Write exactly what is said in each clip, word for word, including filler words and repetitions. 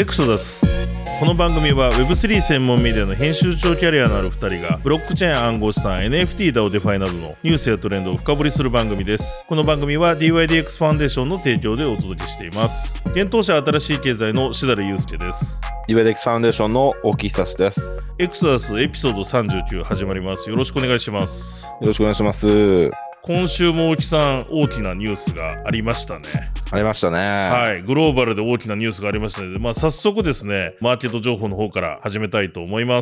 エクソダス。この番組は ウェブスリー 専門メディアの編集長キャリアのあるふたりがブロックチェーン暗号資産 エヌエフティー ダオ デファイなどのニュースやトレンドを深掘りする番組です。この番組は ディーワイディーエックス ファンデーションの提供でお届けしています。現当社新しい経済のしだれゆうすけです。 ディーワイディーエックス ファンデーションの大木久志です。 エクソダスエピソードさんじゅうきゅう始まります。よろしくお願いします。 よろしくお願いします。 今週も大木さん、大きなニュースがありましたね。 ありましたね。 はい、グローバルで大きなニュースがありましたので、まあ、早速ですね、マーケット情報の方から始めたいと思います。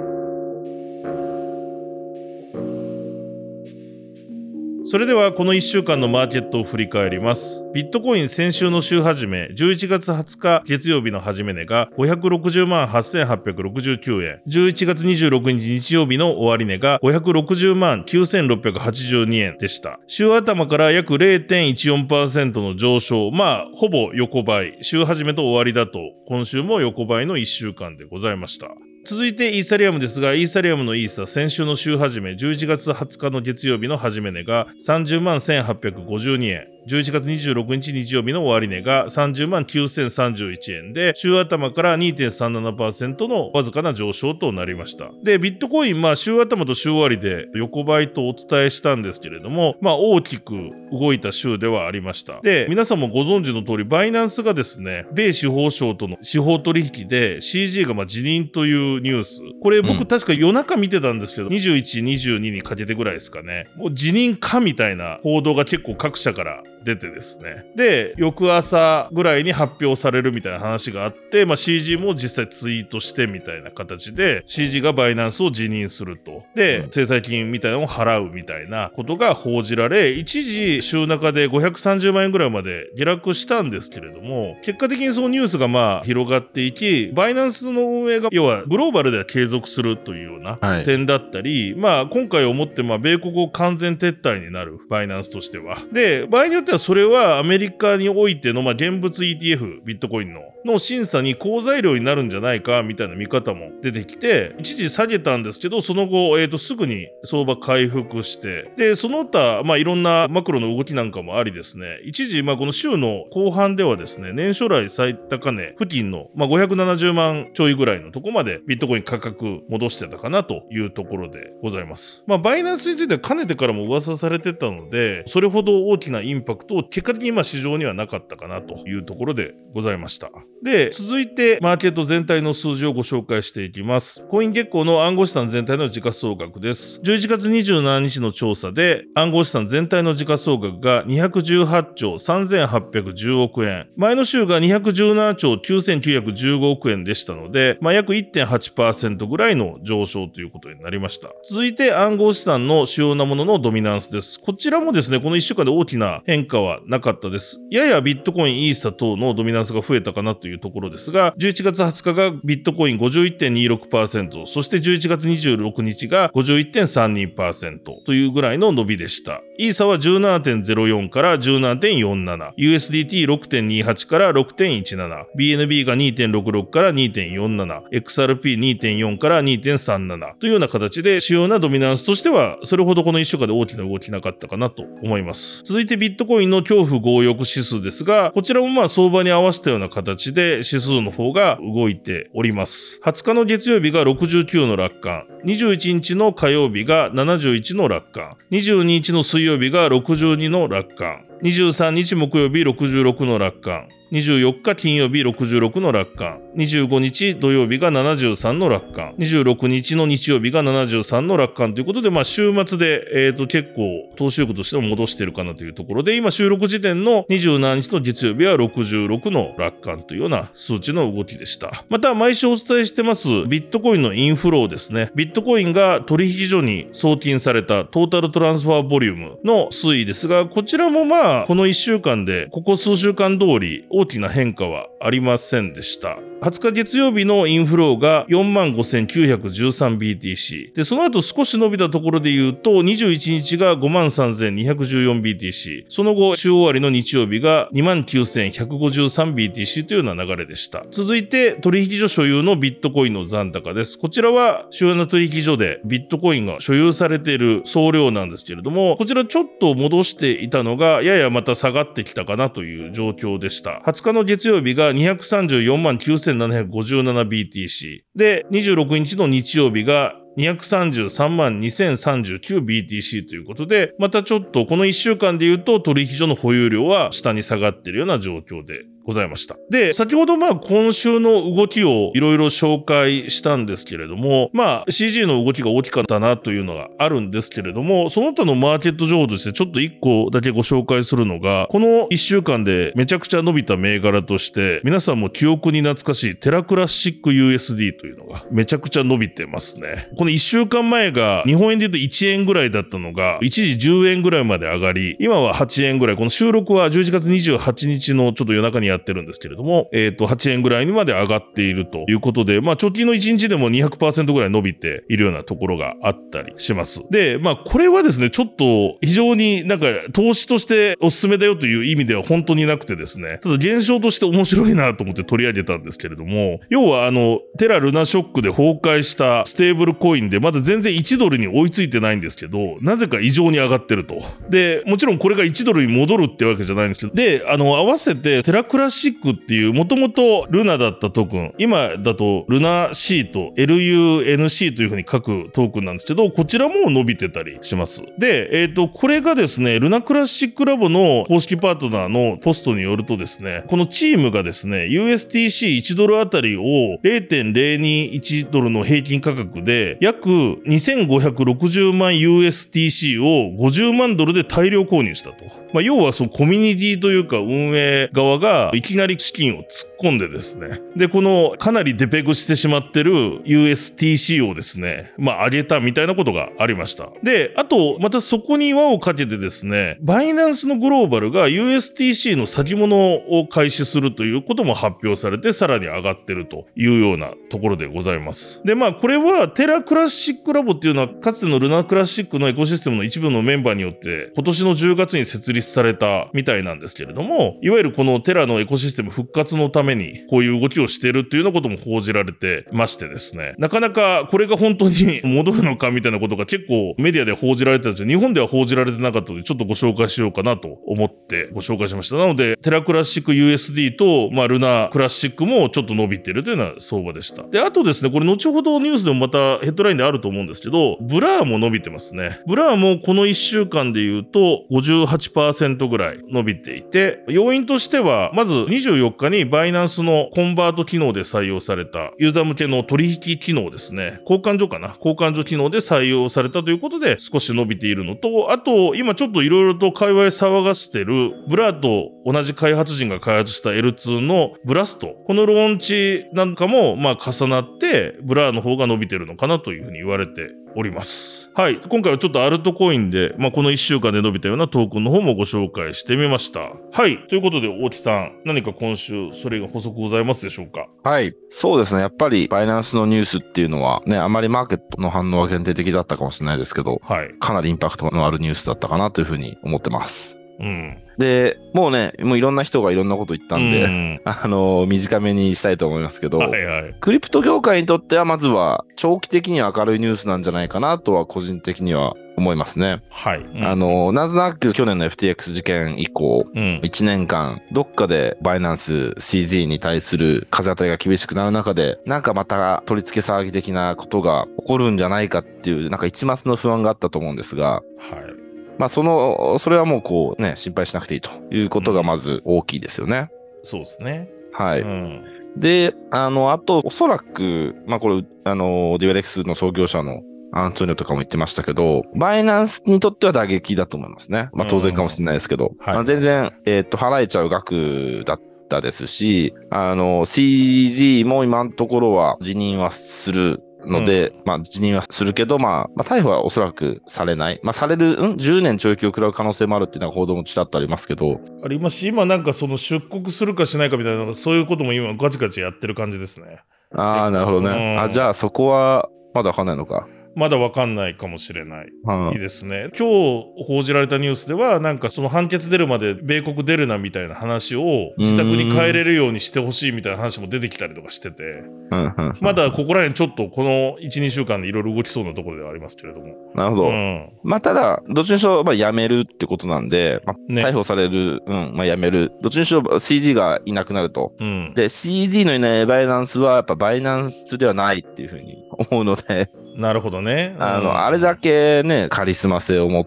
それではこのいっしゅうかんのマーケットを振り返ります。ビットコイン先週の週始め、じゅういちがつはつか月曜日の始め値がごひゃくろくじゅうまんはっせんはっぴゃくろくじゅうきゅうえん、じゅういちがつにじゅうろくにち日曜日の終値がごひゃくろくじゅうまんきゅうせんろっぴゃくはちじゅうにえんでした。週頭から約 れいてんいちよんパーセント の上昇、まあほぼ横ばい、週始めと終わりだと今週も横ばいのいっしゅうかんでございました。続いてイーサリアムですが、イーサリアムのイーサ先週の週始めじゅういちがつはつかの月曜日の始め値がさんじゅうまんせんはっぴゃくごじゅうにえん、じゅういちがつにじゅうろくにち日曜日の終値がさんじゅうまんきゅうせんさんじゅういちえんで、週頭から にてんさんななパーセント のわずかな上昇となりました。で、ビットコイン、まあ週頭と週終わりで横ばいとお伝えしたんですけれども、まあ大きく動いた週ではありました。で、皆さんもご存知の通り、バイナンスがですね、米司法省との司法取引で シージー がまあ辞任というニュース、これ僕確か夜中見てたんですけど、にじゅういち、にじゅうににかけてぐらいですかね。もう辞任かみたいな報道が結構各社から出てですね。で、翌朝ぐらいに発表されるみたいな話があって、まあ シージー も実際ツイートしてみたいな形で シージー がバイナンスを辞任すると。で、制裁金みたいなのを払うみたいなことが報じられ、一時週中でごひゃくさんじゅうまんえんぐらいまで下落したんですけれども、結果的にそのニュースがまあ広がっていき、バイナンスの運営が要はグローバルでは継続するというような点だったり、はい、まあ今回をもってまあ米国を完全撤退になるバイナンスとしては。で、場合によってはそれはアメリカにおいてのまあ現物 イーティーエフ、ビットコインのの審査に好材料になるんじゃないかみたいな見方も出てきて、一時下げたんですけど、その後、えーと、すぐに相場回復して、で、その他、まあいろんなマクロの動きなんかもありですね、一時、まあこの週の後半ではですね、年初来最高値付近の、まあ、ごひゃくななじゅうまんちょいぐらいのとこまでビットコイン価格戻してたかなというところでございます。まあバイナンスについてはかねてからも噂されてたので、それほど大きなインパクトを結果的にまあ市場にはなかったかなというところでございました。で、続いてマーケット全体の数字をご紹介していきます。コイン月光の暗号資産全体の時価総額です。じゅういちがつにじゅうしちにちの調査で暗号資産全体の時価総額がにひゃくじゅうはちちょうさんぜんはっぴゃくじゅうおくえん、前の週がにひゃくじゅうななちょうきゅうせんきゅうひゃくじゅうごおくえんでしたので、まあ、約 いってんはちパーセント ぐらいの上昇ということになりました。続いて暗号資産の主要なもののドミナンスです。こちらもですね、このいっしゅうかんで大きな変化はなかったです。ややビットコイン、イーサ等のドミナンスが増えたかなというところですが、じゅういちがつはつかがビットコイン ごじゅういってんにろくパーセント、そしてじゅういちがつにじゅうろくにちが ごじゅういってんさんにパーセント というぐらいの伸びでした。イーサは じゅうななてんぜろよん から じゅうななてんよんなな、ユーエスディーティーろくてんにはち から ろくてんいちなな、ビーエヌビー が にてんろくろく から にてんよんなな、エックスアールピーにてんよん から にてんさんなな というような形で主要なドミナンスとしてはそれほどこのいっしゅうかんで大きな動きなかったかなと思います。続いてビットコインの恐怖強欲指数ですが、こちらもまあ相場に合わせたような形で指数の方が動いております。はつかの月曜日がろくじゅうきゅうの楽観、にじゅういちにちの火曜日がななじゅういちの楽観、にじゅうににちの水曜日がろくじゅうにの楽観、にじゅうさんにち木曜日ろくじゅうろくの楽観、にじゅうよっか金曜日ろくじゅうろくの楽観、にじゅうごにち土曜日がななじゅうさんの楽観、にじゅうろくにちの日曜日がななじゅうさんの楽観ということで、まあ週末で、えーと結構投資力としても戻しているかなというところで、今収録時点のにじゅうしちにちの月曜日はろくじゅうろくの楽観というような数値の動きでした。また毎週お伝えしてますビットコインのインフローですね。ビットコインが取引所に送金されたトータルトランスファーボリュームの推移ですが、こちらもまあこのいっしゅうかんでここ数週間通り大きな変化はありませんでした。はつか月曜日のインフローが よんまんごせんきゅうひゃくじゅうさんビーティーシー で、その後少し伸びたところで言うとにじゅういちにちが ごまんさんぜんにひゃくじゅうよんビーティーシー、 その後週終わりの日曜日が にまんきゅうせんひゃくごじゅうさんビーティーシー というような流れでした。続いて取引所所有のビットコインの残高です。こちらは主要な取引所でビットコインが所有されている総量なんですけれども、こちらちょっと戻していたのがややまた下がってきたかなという状況でした。はつかの月曜日ががにひゃくさんじゅうよんまんきゅうせんななひゃくごじゅうななビーティーシー。で、にじゅうろくにちの日曜日がにひゃくさんじゅうさんまんにせんさんじゅうきゅうビーティーシー ということで、またちょっとこのいっしゅうかんで言うと取引所の保有量は下に下がっているような状況でございました。で、先ほどまあ今週の動きをいろいろ紹介したんですけれども、まあ シージー の動きが大きかったなというのがあるんですけれども、その他のマーケット情報としてちょっといっこだけご紹介するのが、このいっしゅうかんでめちゃくちゃ伸びた銘柄として、皆さんも記憶に懐かしいテラクラシック ユーエスディー というのがめちゃくちゃ伸びてますね。このいっしゅうかんまえが日本円で言うといちえんぐらいだったのが一時じゅうえんぐらいまで上がり、今ははちえんぐらい、この収録はじゅういちがつにじゅうはちにちのちょっと夜中にやってるんですけれども、えっとはちえんぐらいにまで上がっているということで、まあ直近のいちにちでも にひゃくパーセント ぐらい伸びているようなところがあったりします。で、まあこれはですね、ちょっと非常になんか投資としておすすめだよという意味では本当になくてですね、ただ現象として面白いなと思って取り上げたんですけれども、要はあのテラルナショックで崩壊したステーブルコインでまだ全然いちドルに追いついてないんですけど、なぜか異常に上がってると。で、もちろんこれがいちドルに戻るってわけじゃないんですけど、で、あの合わせてテラクラシックっていうもともとルナだったトークン、今だとルナ C と エルユーエヌシー という風に書くトークンなんですけど、こちらも伸びてたりします。で、えっと、これがですね、ルナクラシックラボの公式パートナーのポストによるとですね、このチームがですね、ユーエスティーシーいちドルあたりを ゼロてんゼロにいちドルの平均価格で約にせんごひゃくろくじゅうまん ユーエスティーシー をごじゅうまんドルで大量購入したと。まあ、要はそのコミュニティというか運営側がいきなり資金を突っ込んでですね、で、このかなりデペグしてしまってる ユーエスティーシー をですね、まあ上げたみたいなことがありました。で、あと、またそこに輪をかけてですね、バイナンスのグローバルが ユーエスティーシー の先物を開始するということも発表されて、さらに上がってるというようなところでございます。で、まあこれはテラクラシックラボっていうのはかつてのルナクラシックのエコシステムの一部のメンバーによって今年のじゅうがつに設立されたみたいなんですけれども、いわゆるこのテラのエコシステム復活のためにこういう動きをしているっていうようなことも報じられてましてですね、なかなかこれが本当に戻るのかみたいなことが結構メディアで報じられてたんですけど、日本では報じられてなかったのでちょっとご紹介しようかなと思ってご紹介しました。なのでテラクラシック ユーエスディー と、まあ、ルナクラシックもちょっと伸びているというような相場でした。で、あとですね、これ後ほどニュースでもまたヘッドラインであると思うんですけど、ブラーも伸びてますね。ブラーもこのいっしゅうかんで言うと ごじゅうはちパーセント ぐらい伸びていて、要因としてはまずにじゅうよっかにバイナンスのコンバート機能で採用されたユーザー向けの取引機能ですね、交換所かな交換所機能で採用されたということで少し伸びているのと、あと今ちょっといろいろと界隈騒がしてるブラーと同じ開発陣が開発した エルツー のブラスト、このローンチなんかもまあ重なってブラーの方が伸びてるのかなというふうに言われております。はい。今回はちょっとアルトコインで、まあ、このいっしゅうかんで伸びたようなトークンの方もご紹介してみました。はい。ということで、大木さん、何か今週、それが補足ございますでしょうか？ はい。そうですね。やっぱり、バイナンスのニュースっていうのは、ね、あまりマーケットの反応は限定的だったかもしれないですけど、 はい。 かなりインパクトのあるニュースだったかなというふうに思ってます。 うん。 で、もうね、もういろんな人がいろんなこと言ったんで、 うん、 あの、短めにしたいと思いますけど、 はいはい、 クリプト業界にとってはまずは長期的には明るいニュースなんじゃないかなとは個人的には思いますね。 はい。うん、 あの、なんとなく去年の エフティーエックス 事件以降、 うん、 いちねんかん、どっかでバイナンス シーゼー に対する風当たりが厳しくなる中で、なんかまた取り付け騒ぎ的なことが起こるんじゃないかっていう、なんか一抹の不安があったと思うんですが、 はい。 まあ、その、それはもうこうね、心配しなくていいということがまず大きいですよね。 うん、そうですね。 はい。 うん、 で、あの、あと、おそらく、まあ、これ、あの、デュエレックスの創業者のアントニオとかも言ってましたけど、バイナンスにとっては打撃だと思いますね。まあ、当然かもしれないですけど、 はい、 まあ、全然、えっと、払えちゃう額だったですし、あの、シーゼー も今のところは辞任はする。ので、うん、まあ、辞任はするけど、まあ、まあ、逮捕はおそらくされない。まあ、される、ん ?じゅう 年懲役を食らう可能性もあるっていうのは報道もちらっとありますけど。 ありますし、今なんかその出国するかしないかみたいな、そういうことも今ガチガチやってる感じですね。 ああ、なるほどね。あ、じゃあそこはまだわかんないのか。 まだわかんないかもしれない。 はいいいですね。今日報じられたニュースでは、なんかその判決出るまで米国出るなみたいな話を自宅に帰れるようにしてほしいみたいな話も出てきたりとかしてて、 うんうんまだここら辺ちょっとこのいち、にしゅうかんでいろいろ動きそうなところではありますけれども。 なるほど。 うん。 まあ、ただ、どっちにしろ、まあ、辞めるってことなんで、まあね逮捕される、うん、まあ、辞める。どっちにしろ シージー がいなくなると。 うん。 で、シージー のいないバイナンスは、やっぱバイナンスではないっていうふうに思うので、 なるほどね。うん、 あの、あれだけね、カリスマ性を持って、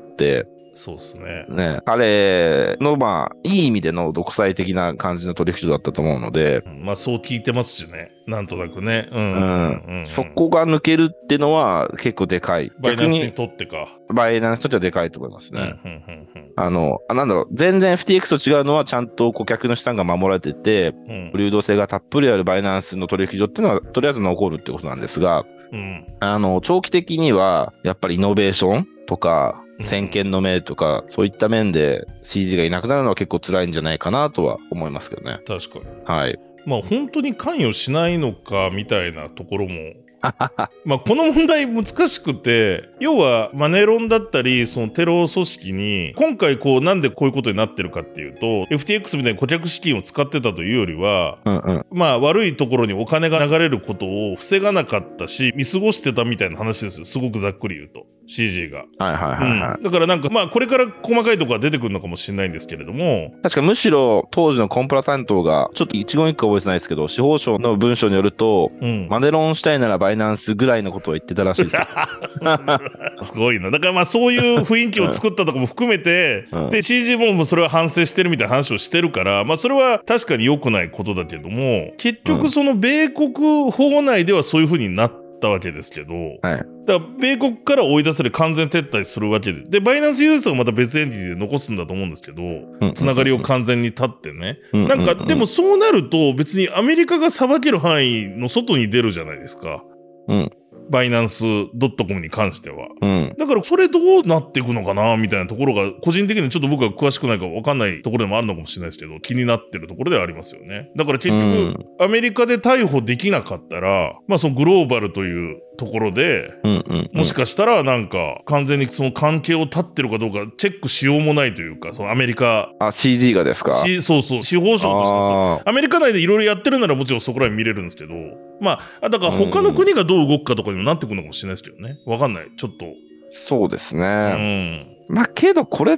そうですね。 ね、彼の、まあ、いい意味での独裁的な感じの取引所だったと思うので、 うんまあそう聞いてますしね。なんとなくね。う。 うんんうんうんそこが抜けるってのは結構でかい。 バイナンスに逆に、 とってか。 バイナンスとしてはでかいと思いますね。 うんうんうんあの、あなんだろう、全然 エフティーエックス と違うのはちゃんと顧客の資産が守られてて、 うん流動性がたっぷりあるバイナンスの取引所っていうのはとりあえず残るってことなんですが、 うんあの、長期的にはやっぱりイノベーションとか、先見の明とか、そういった面で シージー がいなくなるのは結構辛いんじゃないかなとは思いますけどね。 確かに。 はい。 まあ本当に関与しないのかみたいなところもまあこの問題難しくて、要はマネロンだったりそのテロ組織に今回こうなんでこういうことになってるかっていうと エフティーエックス みたいに顧客資金を使ってたというよりは、 うんうん。 まあ悪いところにお金が流れることを防がなかったし見過ごしてたみたいな話ですよ。すごくざっくり言うと シージー が。 はいはいはいはい。 うんだからなんかまあこれから細かいところが出てくるのかもしれないんですけれども、 確かむしろ当時のコンプラ担当が、ちょっと一言一句覚えてないですけど、司法省の文書によると、 うん、 マネロンしたいならバイナンスぐらいのことを言ってたらしいですよ。 すごいな。だからまあそういう雰囲気を作ったとかも含めて、 うんで シージー ももうそれは反省してるみたいな話をしてるから、まあそれは確かに良くないことだけども、結局その米国法内ではそういう風になったわけですけど、 はい。 だから米国から追い出され完全撤退するわけで、でバイナンスユーザーがまた別エンティティで残すんだと思うんですけど、つながりを完全に立ってね。 うんなんかでもそうなると別にアメリカが裁ける範囲の外に出るじゃないですか。 うん。 バイナンス .com に関しては。 うん。 だからそれどうなっていくのかなみたいなところが個人的にちょっと僕は詳しくないから分かんないところでもあるのかもしれないですけど、気になってるところではありますよね。だから結局、アメリカで逮捕できなかったら、まあそのグローバルというところで、 うんうんうん。 もしかしたらなんか完全にその関係を断ってるかどうかチェックしようもないというか、そのアメリカ、 あ、シージー がですか？ しそうそう、司法省としてはそうあアメリカ内でいろいろやってるならもちろんそこら辺見れるんですけど、まあ、だから他の国がどう動くかとかにもなってくるのかもしれないですけどね。わかんない。ちょっと。 そうですうね。 ん。 まあけどこれって、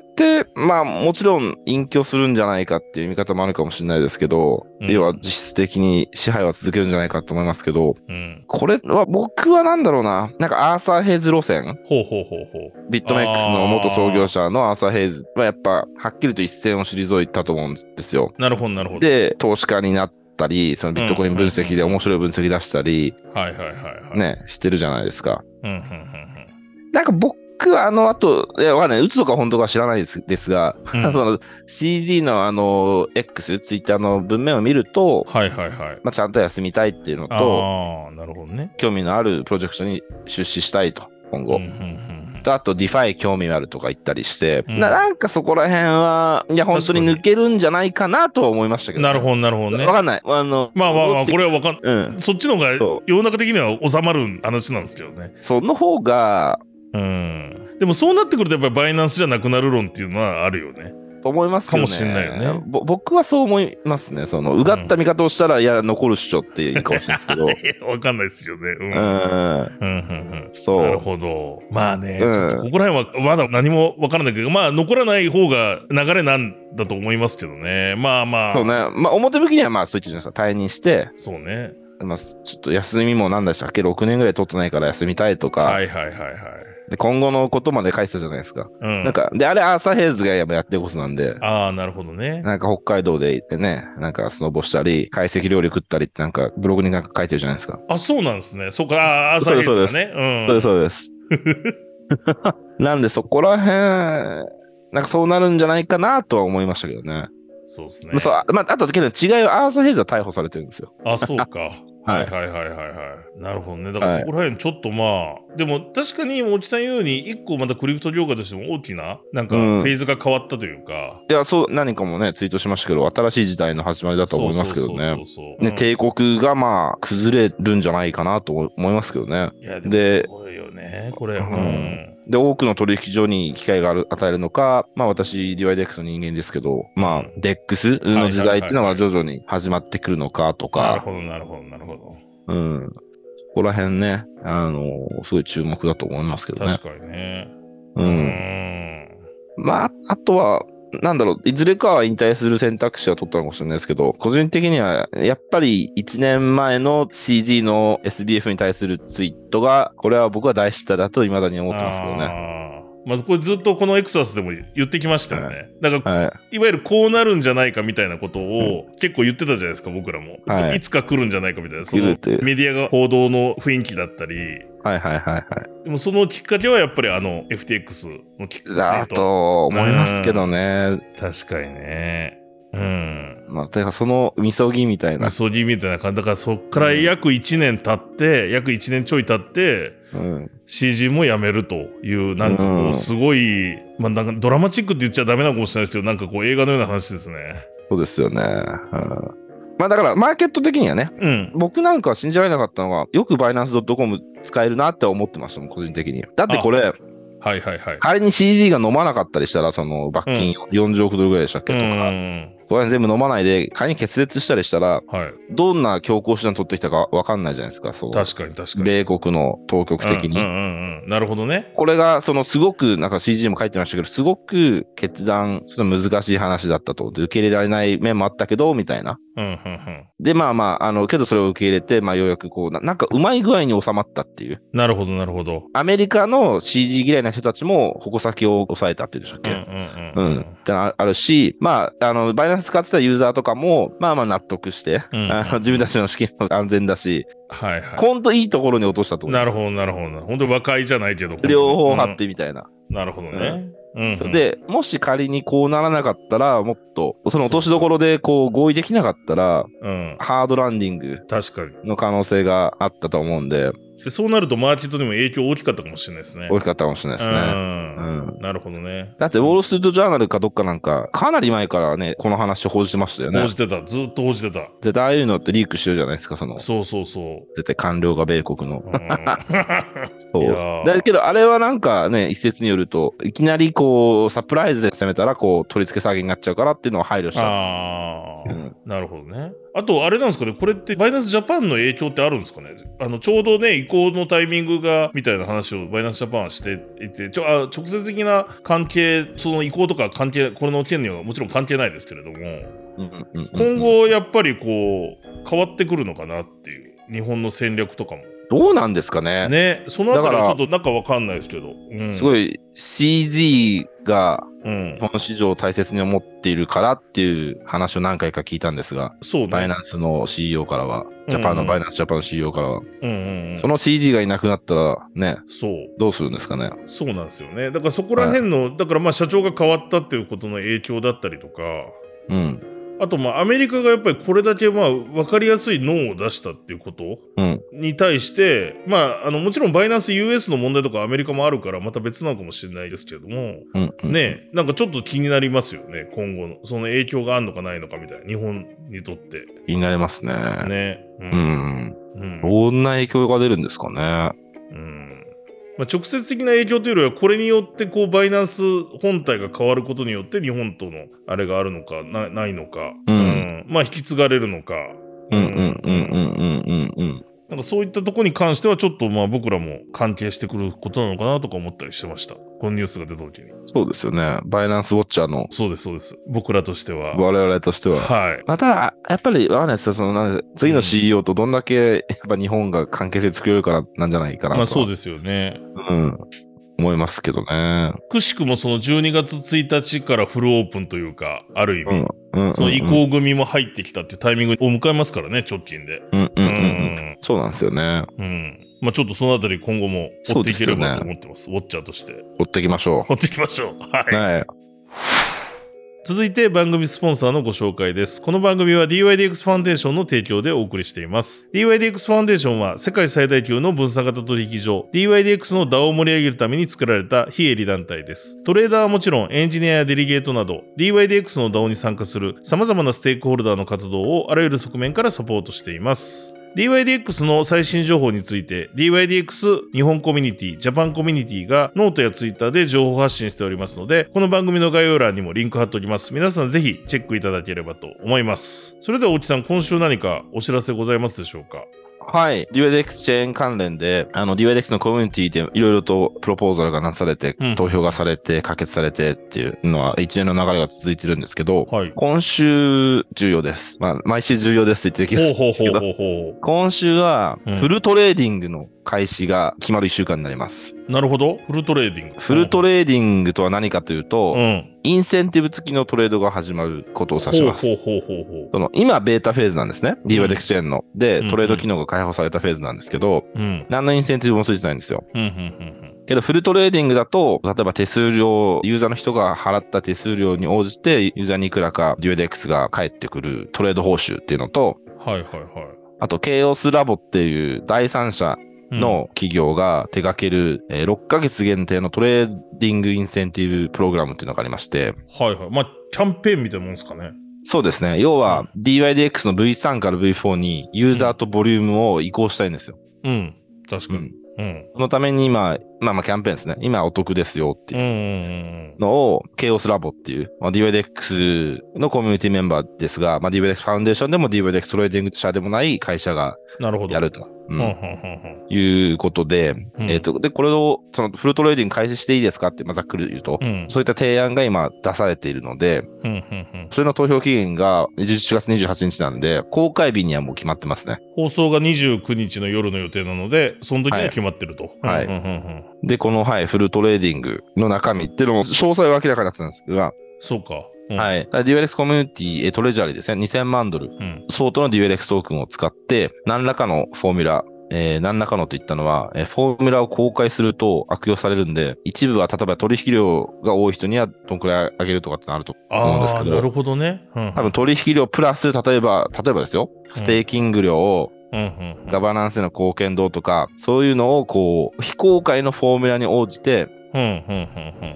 まあもちろん隠居するんじゃないかっていう見方もあるかもしれないですけど、 うん要は実質的に支配は続けるんじゃないかと思いますけど、 うん。 これは僕はなんだろうな、なんかアーサー・ヘイズ路線、 ほうほうほうほう。 ビットメックスの元創業者のアーサー・ヘイズはやっぱはっきりと一線を退いたと思うんですよ。 なるほど、なるほど。 で、投資家になったり、そのビットコイン分析で面白い分析出したり、 はいはいはいはい。。 ね、してるじゃないですか。 うん、うん、うん、 なんか僕はあの後、いや、わかんない。打つのか本当か知らないですですが、 うんその シージー のあの X、ツイッターの文面を見ると、 はいはいはい。 まあ、ちゃんと休みたいっていうのと、 ああ、なるほどね。 興味のあるプロジェクトに出資したいと、今後。 うん、うん、うん。 とあと、ディファイ興味あるとか言ったりして、 うんななんかそこら辺は、いや、本当に抜けるんじゃないかなとは思いましたけど、ね。 なるほど、なるほどねわ。かんない。あの、 まあまあまあ、これはわかん、 うん。 そっちの方がそ世の中的には収まる話なんですけどね。 その方が、 うん。でもそうなってくるとやっぱりバイナンスじゃなくなる論っていうのはあるよね。 と思いますよね。 かもしれないよねぼ僕はそう思いますね。その、うがった見方をしたら、いや、残るっしょっていいかもしれないですけど。 わかんないですよね。うん。 うん。 うん、うん、うん。 そう。 なるほど。まあね、 うんちょっとここら辺はまだ何もわからないけど、まあ残らない方が流れなんだと思いますけどね。まあまあ。 そうね。まあ、表向きにはまあ、そう言ってるじゃないですか。退任して、 そうね。 まあ、ちょっと休みもなんだしたっけ、ろくねんぐらい取ってないから休みたいとか、 はいはいはいはい。 で今後のことまで書いてたじゃないですか。 うん。 なんか、で、あれ、アーサー・ヘイズがやっぱやってることなんで、 ああ、なるほどね。 なんか北海道で行ってね、なんかスノボしたり、懐石料理食ったりってなんかブログになんか書いてるじゃないですか。 あ、そうなんですね。そうか、ああ、朝日ですかね。うん。 そうです、そうです。なんでそこら辺、なんかそうなるんじゃないかなとは思いましたけどね。 そうですねまあ、。そうまあ、あと、けど違いはアーサー・ヘイズは逮捕されてるんですよ。 あ、そうか。 ははいいはいはいはいはい。なるほどね。だからそこら辺ちょっとまあ、でも確かにもちさん言うように、一個またクリプト業界としても大きな、なんかフうんェーズが変わったというか。 いや、そう、何かもね、ツイートしましたけど、新しい時代の始まりだと思いますけどね。 そうそうそうそうね、 うん帝国がまあ、崩れるんじゃないかなと思いますけどね。 いや、でもですごいよ。 よね、これ。 ううんん。 で、多くの取引所に機会がある与えるのか、まあ私、ディーワイデックス の人間ですけど、まあ、 うんデックス の時代っていうのはいはいはいはいが徐々に始まってくるのかとか、 なるほど、なるほど、なるほど。 うん。ここら辺ね、あの、すごい注目だと思いますけどね。 確かにね。 う。 うんん。 まあ、あとは、なんだろう、いずれかは引退する選択肢は取ったのかもしれないですけど、個人的には、やっぱりいちねんまえの シージー の エスビーエフ に対するツイートが、これは僕は大失態だと未だに思ってますけどね。 あーまずこれずっとこのエクサスでも言ってきましたよね。だから、 はい。 いわゆるこうなるんじゃないかみたいなことを結構言ってたじゃないですか、僕らも。 はいいつか来るんじゃないかみたいな。その来るってメディアが報道の雰囲気だったり、 はいはいはいはい。 でもそのきっかけはやっぱりあの エフティーエックス のきっかけだと思いますけどね。 確かにね。うん。 まあ、てかそのみそぎみたいな。 そぎみたいな感じ。だからそっから約いちねん経って、約いちねんちょい経って、 うん、 シージー もやめるという、なんかこうんう、すごい、まあなんかドラマチックって言っちゃダメなのかもしれないですけど、なんかこう映画のような話ですね。 そうですよね。うんまあだからマーケット的にはね、 うん。 僕なんかは信じられなかったのが、よくバイナンス .com 使えるなって思ってましたもん、個人的に。だってこれ、 はいはいはい。 仮に シージー が飲まなかったりしたら、その罰金よんじゅうおくドルぐらいでしたっけとか、 うんそこら辺全部飲まないで、仮に決裂したりしたら、 はい。 どんな強硬手段取ってきたかわかんないじゃないですか、そう。 確かに確かに。 米国の当局的に。 うんうんうんうん。なるほどね。 これが、そのすごく、なんか シージー でも書いてましたけど、すごく決断、ちょっと難しい話だったと。で受け入れられない面もあったけど、みたいな。 うんうんうん。 で、まあまあ、あの、けどそれを受け入れて、まあようやくこう、ななんかうまい具合に収まったっていう。 なるほどなるほど。 アメリカの シージー 嫌いな人たちも矛先を抑えたっていうんでしたっけ、 うんうんうん。 うん。ってのあるし、まあ、あの、バイナンス使ってたユーザーとかも、まあまあ納得して、 うんあの自分たちの資金も安全だし、 はいはい。 ほんといいところに落としたと思います。 なるほどなるほど。本当に和解じゃないけど。 両方貼っうんてみたいな。 なるほどね。うんうんそうで、もし仮にこうならなかったら、もっと、その落としどころでこう合意できなかったら、 うん。 ハードランディング確かに。 の可能性があったと思うんで、 でそうなるとマーケットにも影響大きかったかもしれないですね。 大きかったかもしれないですね。 うんうんなるほどね。 だって、ウォール・ストリート・ジャーナルかどっかなんか、かなり前からね、この話報じてましたよね。 報じてた。ずっと報じてた。 絶対ああいうのってリークしてるじゃないですか、その。 そうそうそう。 絶対官僚が米国の。 うんそういやーだけど、あれはなんかね、一説によると、いきなりこう、サプライズで攻めたら、こう、取り付け騒ぎになっちゃうからっていうのを配慮した。 ああ、 うんなるほどね。あと、あれなんですかね、これってバイナンスジャパンの影響ってあるんですかね。あの、ちょうどね、移行のタイミングが、みたいな話をバイナンスジャパンはしていて、ちょあ直接的な関係、その移行とか関係、これの件にはもちろん関係ないですけれども、 うんうんうん今後やっぱりこう、変わってくるのかなっていう、日本の戦略とかも。 どうなんですかね。 ね、そのあたりだからはちょっと中わかんないですけど。うん、 すごい シージー がうん日。本市場を大切に思っているからっていう話を何回か聞いたんですが、 そうね。 バイナンスの シーイーオー からは、ジャパンのバイナンスジャパンの シーイーオー からは、 うんうんうん。 その シージー がいなくなったらね、 そう。 どうするんですかね。 そうなんですよね。だからそこら辺の、だからまあ社長が変わったっていうことの影響だったりとか、 うん。 あとまあアメリカがやっぱりこれだけまあ分かりやすいノーを出したっていうことうん。 に対して、まああのもちろんバイナンス ユーエス の問題とかアメリカもあるからまた別なのかもしれないですけども、 うん。うん。 ね、なんかちょっと気になりますよね、今後の。その影響があるのかないのかみたいな、日本にとって。 気になりますね。 ね。う。 うんん。 うん。 どんな影響が出るんですかね。 うんまあ、直接的な影響というよりは、これによってこうバイナンス本体が変わることによって日本とのあれがあるのかな、ないのか、 うんまあ引き継がれるのか、 うんうんうんうんうんうんうん。 なんかそういったところに関してはちょっとまあ僕らも関係してくることなのかなとか思ったりしてました。このニュースが出た時に。 そうですよね。バイナンスウォッチャーのそうです、そうです。僕らとしては。 我々としては。 はい。 まあ、ただ、やっぱりわかんないですよ。そのなんで次の シーイーオー とどんだけやっぱ日本が関係性作れるからなんじゃないかなと。 まあそうですよね。 うん。思いますけどね。 くしくもそのじゅうにがつついたちからフルオープンというか、ある意味、 うん。うん。 その移行組も入ってきたっていうタイミングを迎えますからね、直近で。 うんうんうんう。 うんんそうなんですよね。 うん。まあちょっとそのあたり今後も追っていければと思ってます。ウォッチャーとして。 追っていきましょ追っていきましょう。はう。 い。 はい。 続いて番組スポンサーのご紹介です。この番組は ディーワイディーエックス ファンデーションの提供でお送りしています。ディーワイディーエックス ファンデーションは世界最大級の分散型取引所 ディーワイディーエックス の ダオ を盛り上げるために作られた非営利団体です。トレーダーはもちろんエンジニアやデリゲートなど ディーワイディーエックス の ダオ に参加する様々なステークホルダーの活動をあらゆる側面からサポートしています。 ディーワイディーエックス の最新情報について ディーワイディーエックス 日本コミュニティ、ジャパンコミュニティがノートやツイッターで情報発信しておりますので、この番組の概要欄にもリンク貼っておきます。皆さんぜひチェックいただければと思います。それでは大木さん、今週何かお知らせございますでしょうか？ はい。ディーワイディーエックス チェーン関連で、あの ディーワイディーエックス のコミュニティでいろいろとプロポーザルがなされて、うん、投票がされて、可決されてっていうのは一連の流れが続いてるんですけど、はい、今週重要です。まあ、毎週重要ですって言ってるけど、ほうほうほうほうほう今週はフルトレーディングの開始が決まるいっしゅうかんになります。 なるほど。フルトレーディング。 フルトレーディングとは何かというと、うん、インセンティブ付きのトレードが始まることを指します。ほうほうほうほうその今、ベータフェーズなんですね。ディーワイディーエックス チェーンの。で、トレード機能が開放されたフェーズなんですけど、うん、何のインセンティブもついてないんですよ。うんうんうんうんけど、フルトレーディングだと、例えば手数料、ユーザーの人が払った手数料に応じて、ユーザーにいくらか ディーワイディーエックス が返ってくるトレード報酬っていうのと、はいはいはい。あと、ケイオスラボっていう第三者の企業が手掛ける、うんえー、ろっかげつ限定のトレーディングインセンティブプログラムっていうのがありまして。 はいはい。まあ、キャンペーンみたいなもんですかね。 そうですね。要は、うん、ディーワイディーエックス の ブイスリー から ブイフォー にユーザーとボリュームを移行したいんですよ。 うん。確かに。うんうん、 そのために今、まあまあキャンペーンですね。今お得ですよっていうのを、ケイオスラボっていう、まあ、ディーワイディーエックス のコミュニティメンバーですが、まあ、ディーワイディーエックス ファウンデーションでも ディーワイディーエックス トレーディング社でもない会社がやると。うん、いうことで、うん、えっと、で、これを、そのフルトレーディング開始していいですかって、まあ、ざっくり言うと、うん、そういった提案が今出されているので、うんうんうん、それの投票期限がじゅういちがつにじゅうはちにちなんで、公開日にはもう決まってますね。 放送がにじゅうくにちの夜の予定なので、その時には決まってると。 はい。はい、で、この、はい、フルトレーディングの中身っていうのも、詳細は明らかになってたんですが、 そうか。 うん、はい。ディーワイディーエックス コミュニティ、トレジャーリーですね。にせんまんドル、うん、相当の ディーワイディーエックス トークンを使って、何らかのフォーミュラ、えー、何らかのといったのは、えー、フォーミュラを公開すると悪用されるんで、一部は例えば取引量が多い人にはどんくらい上げるとかってのあると思うんですけど。 なるほどね。うんうん、 多分取引量プラス、例えば、例えばですよ、ステーキング量を、うんうんうん、ガバナンスへの貢献度とか、そういうのをこう、非公開のフォーミュラに応じて、うんうんうんうん、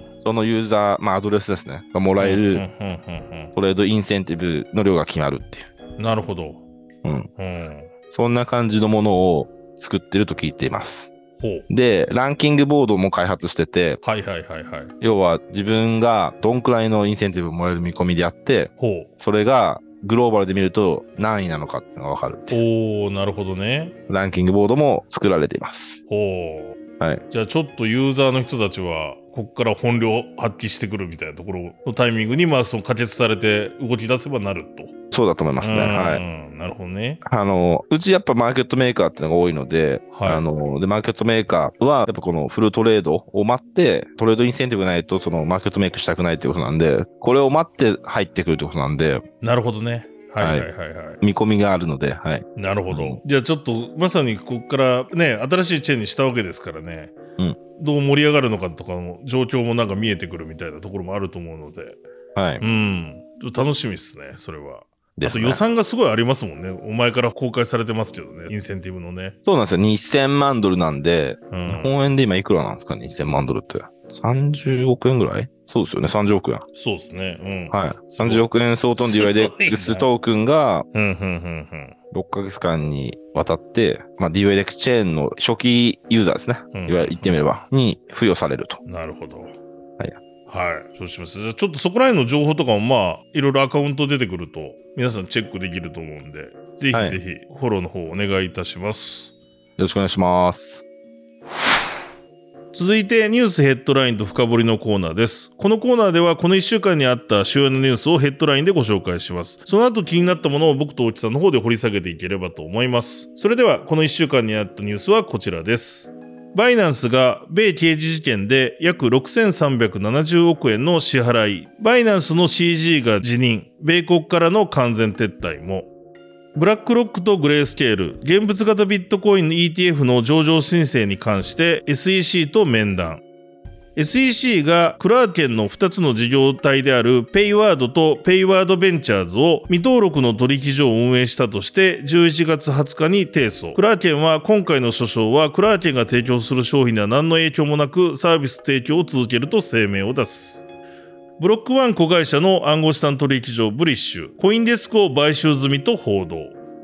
そのユーザー、まあアドレスですね、がもらえるトレードインセンティブの量が決まるっていう。 なるほど。 うん。うん、そんな感じのものを作ってると聞いています。ほう。で、ランキングボードも開発してて、はいはいはいはい。要は自分がどんくらいのインセンティブをもらえる見込みであって、ほう。それがグローバルで見ると何位なのかっていうのがわかるっていう。 おー、なるほどね。 ランキングボードも作られています。 ほう。はい。じゃあちょっとユーザーの人たちは、こっから本領発揮してくるみたいなところのタイミングに、まあ、その可決されて動き出せばなると。 そうだと思いますね。はい。 なるほどね。 あの、うちやっぱマーケットメーカーっていうのが多いので、はい、あの、で、マーケットメーカーは、やっぱこのフルトレードを待って、トレードインセンティブがないと、そのマーケットメイクしたくないってことなんで、これを待って入ってくるってことなんで。 なるほどね。はいはいはいはい。 見込みがあるので、はい。 なるほど。うん、じゃあちょっと、まさにここからね、新しいチェーンにしたわけですからね。うん。どう盛り上がるのかとかの状況もなんか見えてくるみたいなところもあると思うので。はい。うん。楽しみですね、それは。あと予算がすごいありますもんね。お前から公開されてますけどね。インセンティブのね。 そうなんですよ。にせんまんドルなんで、うん、日本円で今いくらなんですかね、にせんまんドルって。さんじゅうおくえんぐらいそうですよね、さんじゅうおくえん。 そうですね。うん。 はい。さんじゅうおくえん相当の ディーワイディーエックス トークンが、ろっかげつかんにわたって、まあ、ディーワイディーエックス チェーンの初期ユーザーですね。うん、いわゆる言ってみれば、に付与されると。 なるほど。はい。はい。そうします。じゃあちょっとそこら辺の情報とかもまあ、いろいろアカウント出てくると、皆さんチェックできると思うんで、ぜひぜひフォローの方お願いいたします。 よろしくお願いします。 続いてニュースヘッドラインと深掘りのコーナーです。このコーナーではこのいっしゅうかんにあった主要なニュースをヘッドラインでご紹介します。その後気になったものを僕と大木さんの方で掘り下げていければと思います。それではこのいっしゅうかんにあったニュースはこちらです。バイナンスが米刑事事件で約ろくせんさんびゃくななじゅうおくえんの支払い。バイナンスの シージー が辞任。米国からの完全撤退も。ブラックロックとグレースケール、現物型ビットコインの イーティーエフ の上場申請に関して エスイーシー と面談。エスイーシー がクラーケンのふたつの事業体であるペイワードとペイワードベンチャーズを未登録の取引所を運営したとしてじゅういちがつはつかに提訴。クラーケンは今回の訴訟はクラーケンが提供する商品には何の影響もなくサービス提供を続けると声明を出す。ブロックワン子会社の暗号資産取引所ブリッシュ、コインデスクを買収済みと報道。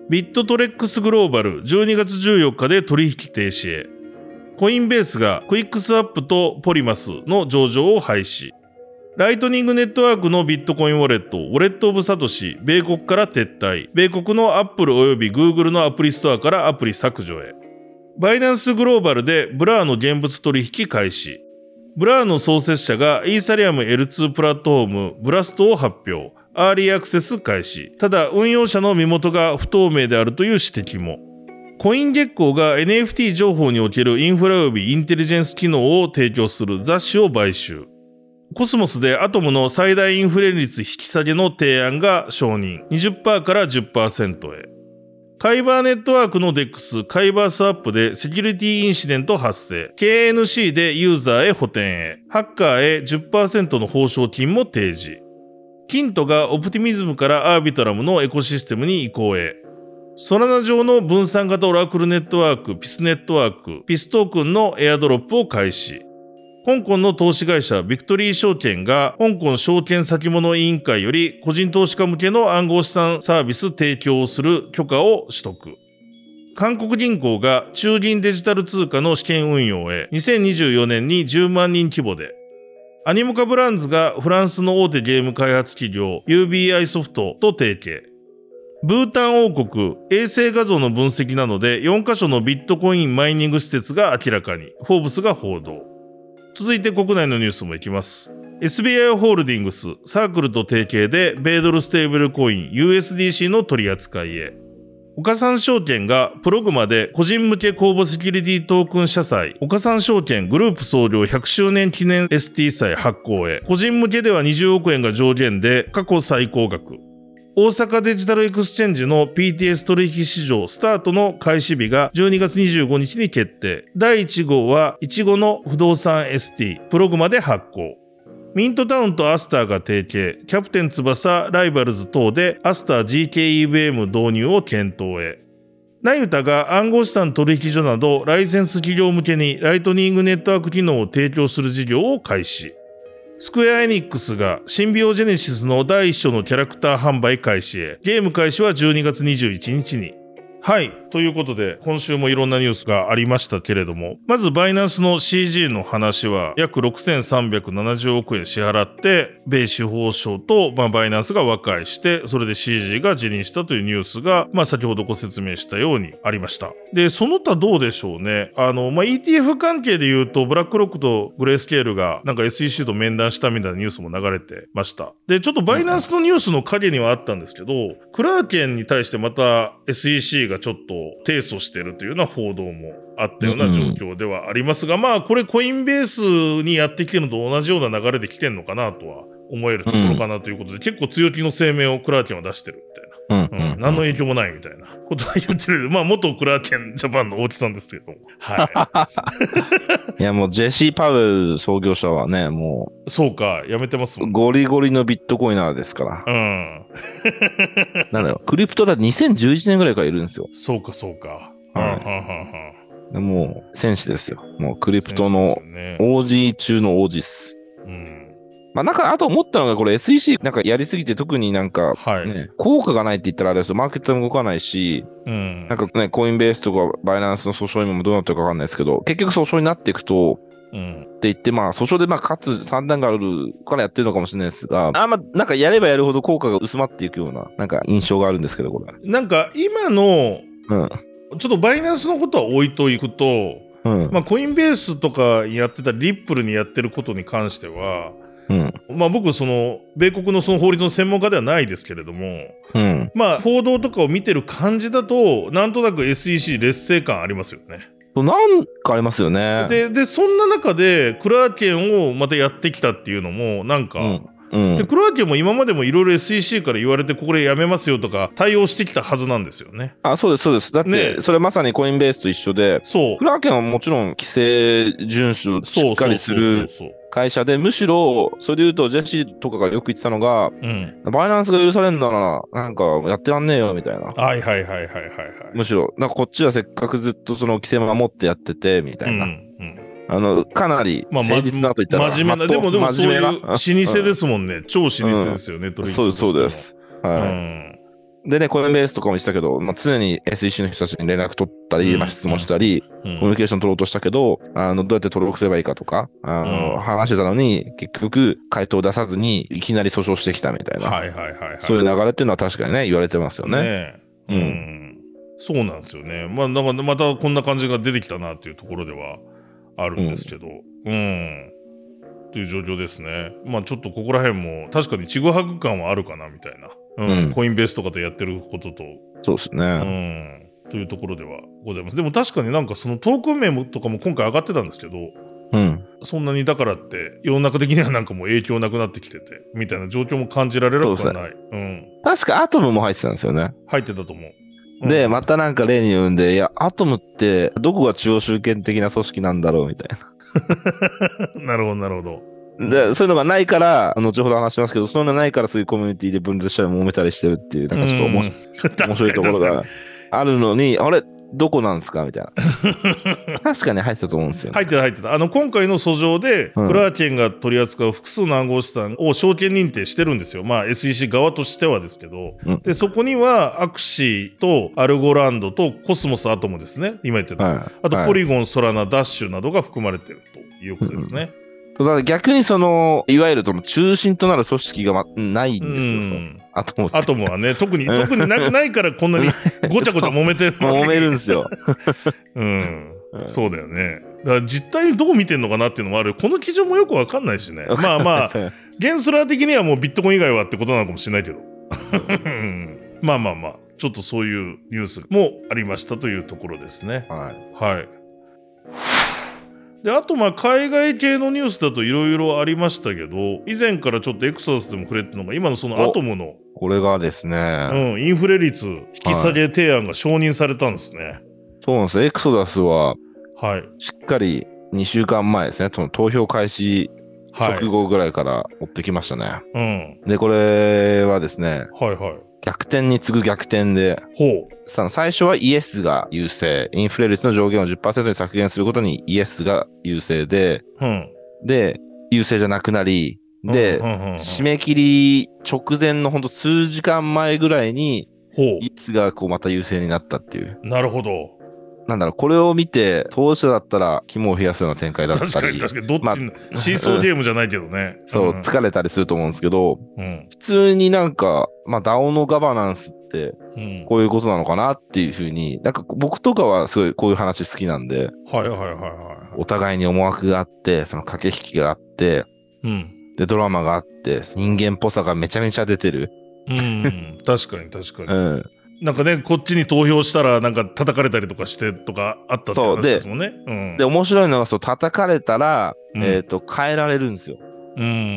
ビットトレックスグローバルじゅうにがつじゅうよっかで取引停止へ。コインベースがクイックスアップとポリマスの上場を廃止。ライトニングネットワークのビットコインウォレット、ウォレットオブサトシ、米国から撤退。米国のアップルおよびグーグルのアプリストアからアプリ削除へ。バイナンスグローバルでブラーの現物取引開始。ブラーの創設者がイーサリアム エルツー プラットフォームブラストを発表。アーリーアクセス開始。ただ運用者の身元が不透明であるという指摘も。コイン月光が エヌエフティー 情報におけるインフラ及びインテリジェンス機能を提供する雑誌を買収。コスモスでアトムの最大インフレ率引き下げの提案が承認。にじゅっパーセント から じゅっパーセント へ。カイバーネットワークの デックス カイバースアップでセキュリティインシデント発生。ケーエヌシー でユーザーへ補填へ。ハッカーへ じゅっパーセント の報奨金も提示。キントがオプティミズムからアービトラムのエコシステムに移行へ。ソラナ上の分散型オラクルネットワーク、ピスネットワーク、ピストークンのエアドロップを開始。香港の投資会社ビクトリー証券が香港証券先物委員会より個人投資家向けの暗号資産サービス提供をする許可を取得。韓国銀行が中銀デジタル通貨の試験運用へにせんにじゅうよねんにじゅうまんにん規模で。アニモカブランズがフランスの大手ゲーム開発企業 ユービーアイ ソフトと提携。ブータン王国衛星画像の分析などでよんカ所のビットコインマイニング施設が明らかに。フォーブスが報道。続いて国内のニュースもいきます。エスビーアイ ホールディングス、サークルと提携で米ドルステーブルコイン ユーエスディーシー の取り扱いへ。岡三証券がプログマで個人向け公募セキュリティトークン社債、岡三証券グループ創業ひゃくしゅうねん記念 エスティー 債発行へ。個人向けではにじゅうおくえんが上限で過去最高額。大阪デジタルエクスチェンジの ピーティーエス 取引市場スタートの開始日がじゅうにがつにじゅうごにちに決定。だいいち号はいち号の不動産 エスティー、プログマで発行。ミントタウンとアスターが提携。キャプテン翼、ライバルズ等でアスター ジーケーイーブイエム 導入を検討へ。ナユタが暗号資産取引所などライセンス企業向けにライトニングネットワーク機能を提供する事業を開始。スクエアエニックスがシンビオジェネシスの第一章のキャラクター販売開始へ。ゲーム開始はじゅうにがつにじゅういちにちに。はい。ということで、今週もいろんなニュースがありましたけれども、まずバイナンスの シージー の話は、約ろくせんさんびゃくななじゅうおくえん支払って、米司法省と、まあ、バイナンスが和解して、それで シージー が辞任したというニュースが、まあ、先ほどご説明したようにありました。で、その他どうでしょうね。あの、まあ、イーティーエフ 関係で言うと、ブラックロックとグレースケールが、なんか エスイーシー と面談したみたいなニュースも流れてました。で、ちょっとバイナンスのニュースの影にはあったんですけど、クラーケンに対してまた エスイーシー がちょっと、提訴しているというような報道もあったような状況ではありますが、うんうん、まあこれコインベースにやってきてるのと同じような流れで来てるのかなとは思えるところかなということで、うん、結構強気の声明をクラーケンは出してるみたいな。うんうんうん、何の影響もないみたいなことは言ってる。まあ元クラーケンジャパンの大木さんですけども。はい。 いやもうジェシー・パウエル創業者はね、もう。そうか、やめてますもん、ね。 ゴリゴリのビットコイナーですから。うん。なんだよ、クリプトだってにせんじゅういちねんぐらいからいるんですよ。 そうかそうか。 はい。はんはんはん。もう戦士ですよ。もうクリプトの オージー 中の オージー っす。うん。まあなんかあと思ったのがこれ エスイーシー なんかやりすぎて特になんかね、はい、効果がないって言ったらあれですよ。マーケットも動かないし、うん、なんかね、コインベースとかバイナンスの訴訟今もどうなってるかわかんないですけど、結局訴訟になっていくと、うん、って言って、まあ、訴訟でまあ、勝つ算段があるからやってるのかもしれないですが、あまあ、なんかやればやるほど効果が薄まっていくような、なんか印象があるんですけど、これ。 なんか今の、うん、ちょっとバイナンスのことは置いといくと、うん、まあ、コインベースとかやってたり、リップルにやってることに関しては、うん、まあ僕その米国のその法律の専門家ではないですけれども、うん、まあ報道とかを見てる感じだとなんとなく エスイーシー 劣勢感ありますよね。 なんかありますよね。 で、でそんな中でクラーケンをまたやってきたっていうのもなんか、うんうん、でクラーケンも今までもいろいろ エスイーシー から言われてこれやめますよとか対応してきたはずなんですよね。 あ、そうですそうです。だって、ね、それまさにコインベースと一緒で、そうクラーケンはもちろん規制遵守しっかりする会社で、むしろそれで言うとジェシーとかがよく言ってたのが、うん、バイナンスが許されるんだならなんかやってらんねえよみたいな。 はいはいはいはいはいはい。 むしろなんかこっちはせっかくずっとその規制守ってやっててみたいな。うんうんあの、かなり誠実なと言ったら、 まあ、真面目な、でもでもそういう老舗ですもんね。超老舗ですよね、 うん、取引所としては。そうです、そうです。はい。うんでね、コインベースとかも言ってたけど、まあ、常に エスイーシー の人たちに連絡取ったり、 うんまあ、質問したり、 うん、 コミュニケーション取ろうとしたけど、あの、どうやって登録すればいいかとか、あの、 うん話してたのに、結局、回答を出さずに、いきなり訴訟してきたみたいな。 はいはいはいはい。 そういう流れっていうのは確かにね、言われてますよね。 ねえ。 ううんん。そうなんですよね。まあ、なんかまたこんな感じが出てきたなっていうところではあるんですけど。うん。という状況ですね。まあちょっとここら辺も確かにちぐはぐ感はあるかなみたいな。うん。 うんコインベースとかでやってることと。 そうですうね。 ん。というところではございます。でも確かになんかそのトークン名とかも今回上がってたんですけど、 うん。 そんなにだからって世の中的にはなんかもう影響なくなってきてて、みたいな状況も感じられなくはない。うん。 確かアトムも入ってたんですよね。 入ってたと思う。うん、 で、またなんか例に言うんで、いや、アトムってどこが中央集権的な組織なんだろうみたいな。 なるほど、なるほど。 で、そういうのがないから、後ほど話しますけど、そういうのがないから、そういうコミュニティで分裂したり揉めたりしてるっていう、なんかちょっと面白い面白いところがあるのに、あれどこなんですかみたいな。確かに入ってたと思うんですよ、ね。 入ってた入ってた。あの、今回の訴状で、 うん、 クラーケンが取り扱う複数の暗号資産を証券認定してるんですよ。まあ エスイーシー 側としてはですけど。うん、で、そこにはアクシーとアルゴランドとコスモスアトムですね。今言ってた。はい、あとポリゴン、ソラナ、ダッシュなどが含まれてるということですね。 うん、だから逆にその、いわゆるその中心となる組織が、ま、ないんですよ、うん、そのアトムアトムはね、特に、特になくないからこんなにごちゃごちゃ揉めてるの揉めるんですよ。 うん。そうだよね。だから実態どう見てんのかなっていうのもある。この基準もよくわかんないしね。まあまあ、ゲンスラー的にはもうビットコイン以外はってことなのかもしれないけど。まあまあまあ、ちょっとそういうニュースもありましたというところですね。 はい。 はい。で、あとまあ海外系のニュースだといろいろありましたけど、以前からちょっとエクソダスでも触れてるのが、今のそのアトムの、 これがですね、 うん、インフレ率引き下げ提案が承認されたんですね。はい、 そうなんですよ。エクソダスは、 はい。 しっかりにしゅうかんまえですね、その投票開始直後ぐらいから追ってきましたね。はい、 うん。 で、これはですね、 はいはい。 逆転に次ぐ逆転で、 ほう。 最初はイエスが優勢。インフレ率の上限を じゅっパーセント に削減することにイエスが優勢で、 うん、 で、優勢じゃなくなり、で、うんうんうんうん、締め切り直前のほんと数時間前ぐらいに、 ほう。 イエスがこうまた優勢になったっていう。 なるほど。 なんだろう、これを見て、当事者だったら肝を冷やすような展開だったり。 確かに確かに、どっち、まあ、シーソーゲームじゃないけどね。 そう、うん、疲れたりすると思うんですけど、 うん、 普通になんか、まあ、ダオ のガバナンスって、こういうことなのかなっていうふうに、なんか僕とかはすごいこういう話好きなんで、 はいはいはいはい。 お互いに思惑があって、その駆け引きがあって、 うん、 で、ドラマがあって、人間っぽさがめちゃめちゃ出てる。 うん、確かに確かに。 うんなんかね、こっちに投票したら、なんか叩かれたりとかしてとかあったって話ですもんね。 うん、で、面白いのが、そう、叩かれたら、うん、えっと、変えられるんですよ。 うん、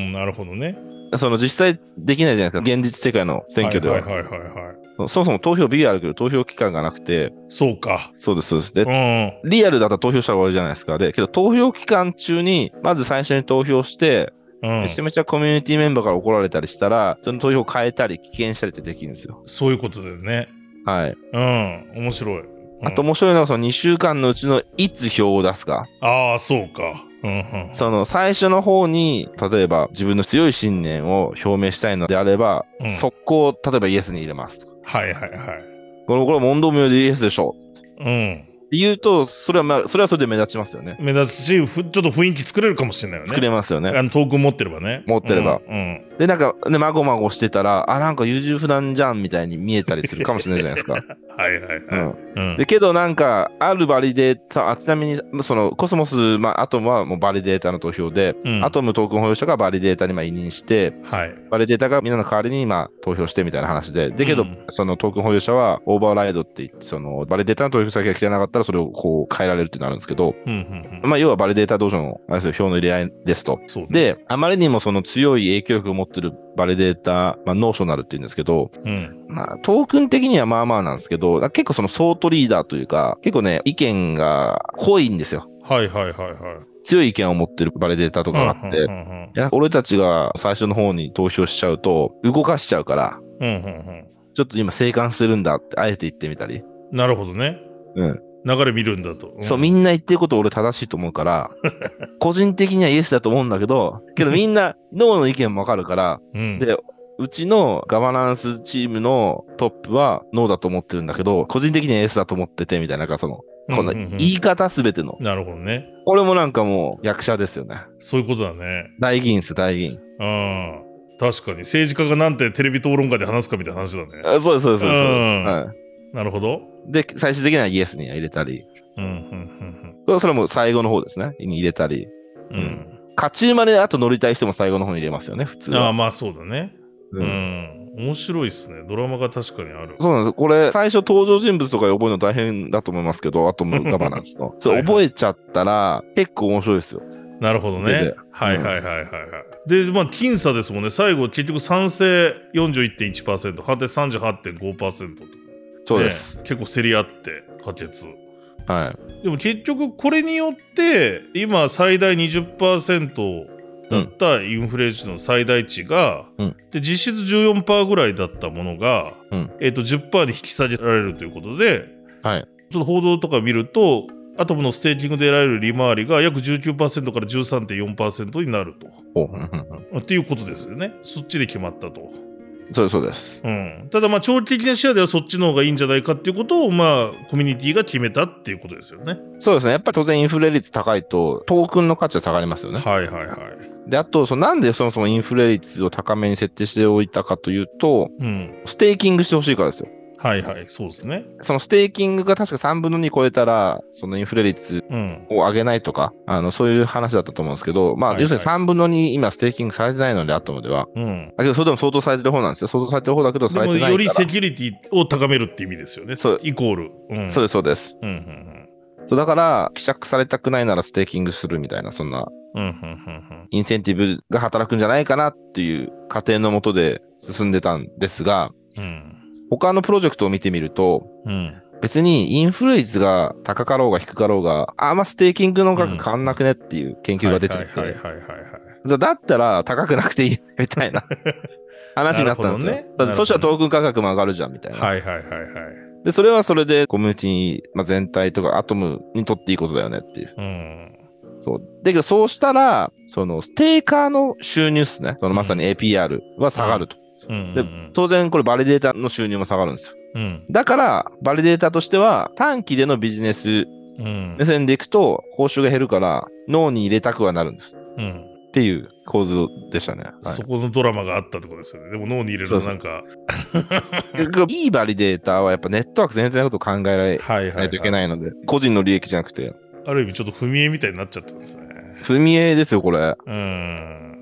なるほどね。 その実際できないじゃないですか。現実世界の選挙では。 はいはいはいはい、はい。 そもそも投票 B あるけど、投票期間がなくて。 そうか。 そうです、そうです。で、 うん、 リアルだったら投票したら終わりじゃないですか。で、けど投票期間中に、まず最初に投票して、うん、めちゃめちゃコミュニティメンバーから怒られたりしたら、その投票を変えたり、棄権したりってできるんですよ。 そういうことだよね。 はい。 うん、面白い。うん、 あと面白いのは、そのにしゅうかんのうちのいつ票を出すか。 ああ、そうか。うんうん、 その最初の方に、例えば自分の強い信念を表明したいのであれば、うん、速攻、例えばイエスに入れますとか。 はいはいはい。 これ、これ問答無用でイエスでしょう。 うん。 言うと、それは、まあ、それはそれで目立ちますよね。 目立つし、ふちょっと雰囲気作れるかもしれないよね。 作れますよね。 あの、トークン持ってればね。 持ってれば。 うん。うん、 で、なんか、ね、まごまごしてたら、あ、なんか優柔不断じゃんみたいに見えたりするかもしれないじゃないですか。 はいはいはい。 うん。で、けどなんか、あるバリデータ、あ、ちなみに、その、コスモス、まあ、アトムはもうバリデータの投票で、うん、アトムトークン保有者がバリデータにまあ委任して、 はい。 バリデータがみんなの代わりにまあ投票してみたいな話で、で、けど、うん、そのトークン保有者はオーバーライドって言って、その、バリデータの投票先が来てなかったらそれをこう変えられるってなるんですけど、うんうんうん、まあ、要はバリデータ同士の、あれですよ、票の入れ合いですと。 そうで、あまりにもその強い影響力を持ってるバリデータ、まあ、ノーショナルって言うんですけど、 うん、 まあ、トークン的にはまあまあなんですけど、結構そのソートリーダーというか、結構ね、意見が濃いんですよ。 はいはいはいはい。 強い意見を持ってるバリデータとかがあって、うんうんうんうん、いや俺たちが最初の方に投票しちゃうと、動かしちゃうから、 うんうんうん、 ちょっと今静観してるんだってあえて言ってみたり。 なるほどね。 うん。 流れ見るんだと。 うん、そう、みんな言ってること俺正しいと思うから、個人的にはイエスだと思うんだけど、けどみんなノーの意見もわかるから、 うん、 で、 うちのガバナンスチームのトップはノーだと思ってるんだけど、個人的には エス だと思ってて、みたいな、なんかその、この言い方すべての。 なるほどね。 これもなんかもう役者ですよね。 そういうことだね。 大議員です、大議員。 うん。確かに政治家がなんてテレビ討論会で話すかみたいな話だね。 あ、そうです、そうです、そうです。 はい。なるほど。 で、最終的にはイエスに入れたり。うん、うん、うん。それも最後の方ですね。に入れたり。うん。勝ち馬であと乗りたい人も最後の方に入れますよね、普通は。 ああ、まあそうだね。うん。うん面白いですね。ドラマが確かにある。 そうなんです。これ、最初登場人物とか覚えるの大変だと思いますけど、アトムガバナンスの。それ覚えちゃったら、結構面白いですよ。 なるほどね。はいはいはいはいはい。で、まあ、僅差ですもんね。最後、結局賛成 よんじゅういってんいちパーセント、反対 さんじゅうはちてんごパーセント と。 そうです、 ね。結構競り合って可決。 はい。 でも結局、これによって、今、最大 にじゅっパーセント、だったインフレ値の最大値が、うん、で実質 じゅうよんパーセント ぐらいだったものが、うんえー、と じゅっパーセント に引き下げられるということで、はい、ちょっと報道とか見るとアトムのステーキングで得られる利回りが約 じゅうきゅうパーセント から じゅうさんてんよんパーセント になるとっていうことですよね。そっちで決まったと。 そうですそうです、 うん、ただまあ長期的な視野ではそっちの方がいいんじゃないかっていうことをまあコミュニティが決めたっていうことですよね。 そうですね。やっぱり当然インフレ率高いとトークンの価値は下がりますよね。 はいはいはい。 で、あと、そのなんでそもそもインフレ率を高めに設定しておいたかというと、うん、ステーキングしてほしいからですよ。 はいはい、そうですね。 そのステーキングが確かさんぶんのに超えたら、そのインフレ率を上げないとか、うん、あの、そういう話だったと思うんですけど、まあ、はいはい、要するにさんぶんのに今ステーキングされてないので、アトムでは。うん。だけど、それでも相当されてる方なんですよ。相当されてる方だけど、されてないから。 でもよりセキュリティを高めるって意味ですよね。そう。イコール。 うん、そうです、そうです。うんうんうんそうだから、希釈されたくないならステーキングするみたいな、そんな、インセンティブが働くんじゃないかなっていう過程のもとで進んでたんですが、うん、他のプロジェクトを見てみると、うん、別にインフレ率が高かろうが低かろうが、あんまステーキングの額変わんなくねっていう研究が出ちゃって、だったら高くなくていいみたいな話になったんですよ。ね、だってそしたらトークン価格も上がるじゃんみたいな。はいはいはいはい。で、それはそれでコミュニティ、まあ、全体とかアトムにとっていいことだよねっていう。うん、そう。だけどそうしたら、そのステーカーの収入ですね。そのまさに エーピーアール は下がると。うん、で、当然これバリデータの収入も下がるんですよ。うん、だから、バリデータとしては短期でのビジネス目線でいくと報酬が減るから脳に入れたくはなるんです。うんっていう構図でしたね、はい。 そこのドラマがあったってことですよね。でも脳に入れるとなんかいいバリデータはやっぱネットワーク全体のことを考えられないといけないので、はいはいはい、個人の利益じゃなくて。 ある意味ちょっと踏み絵みたいになっちゃったんですね。 踏み絵ですよ、これ。うん。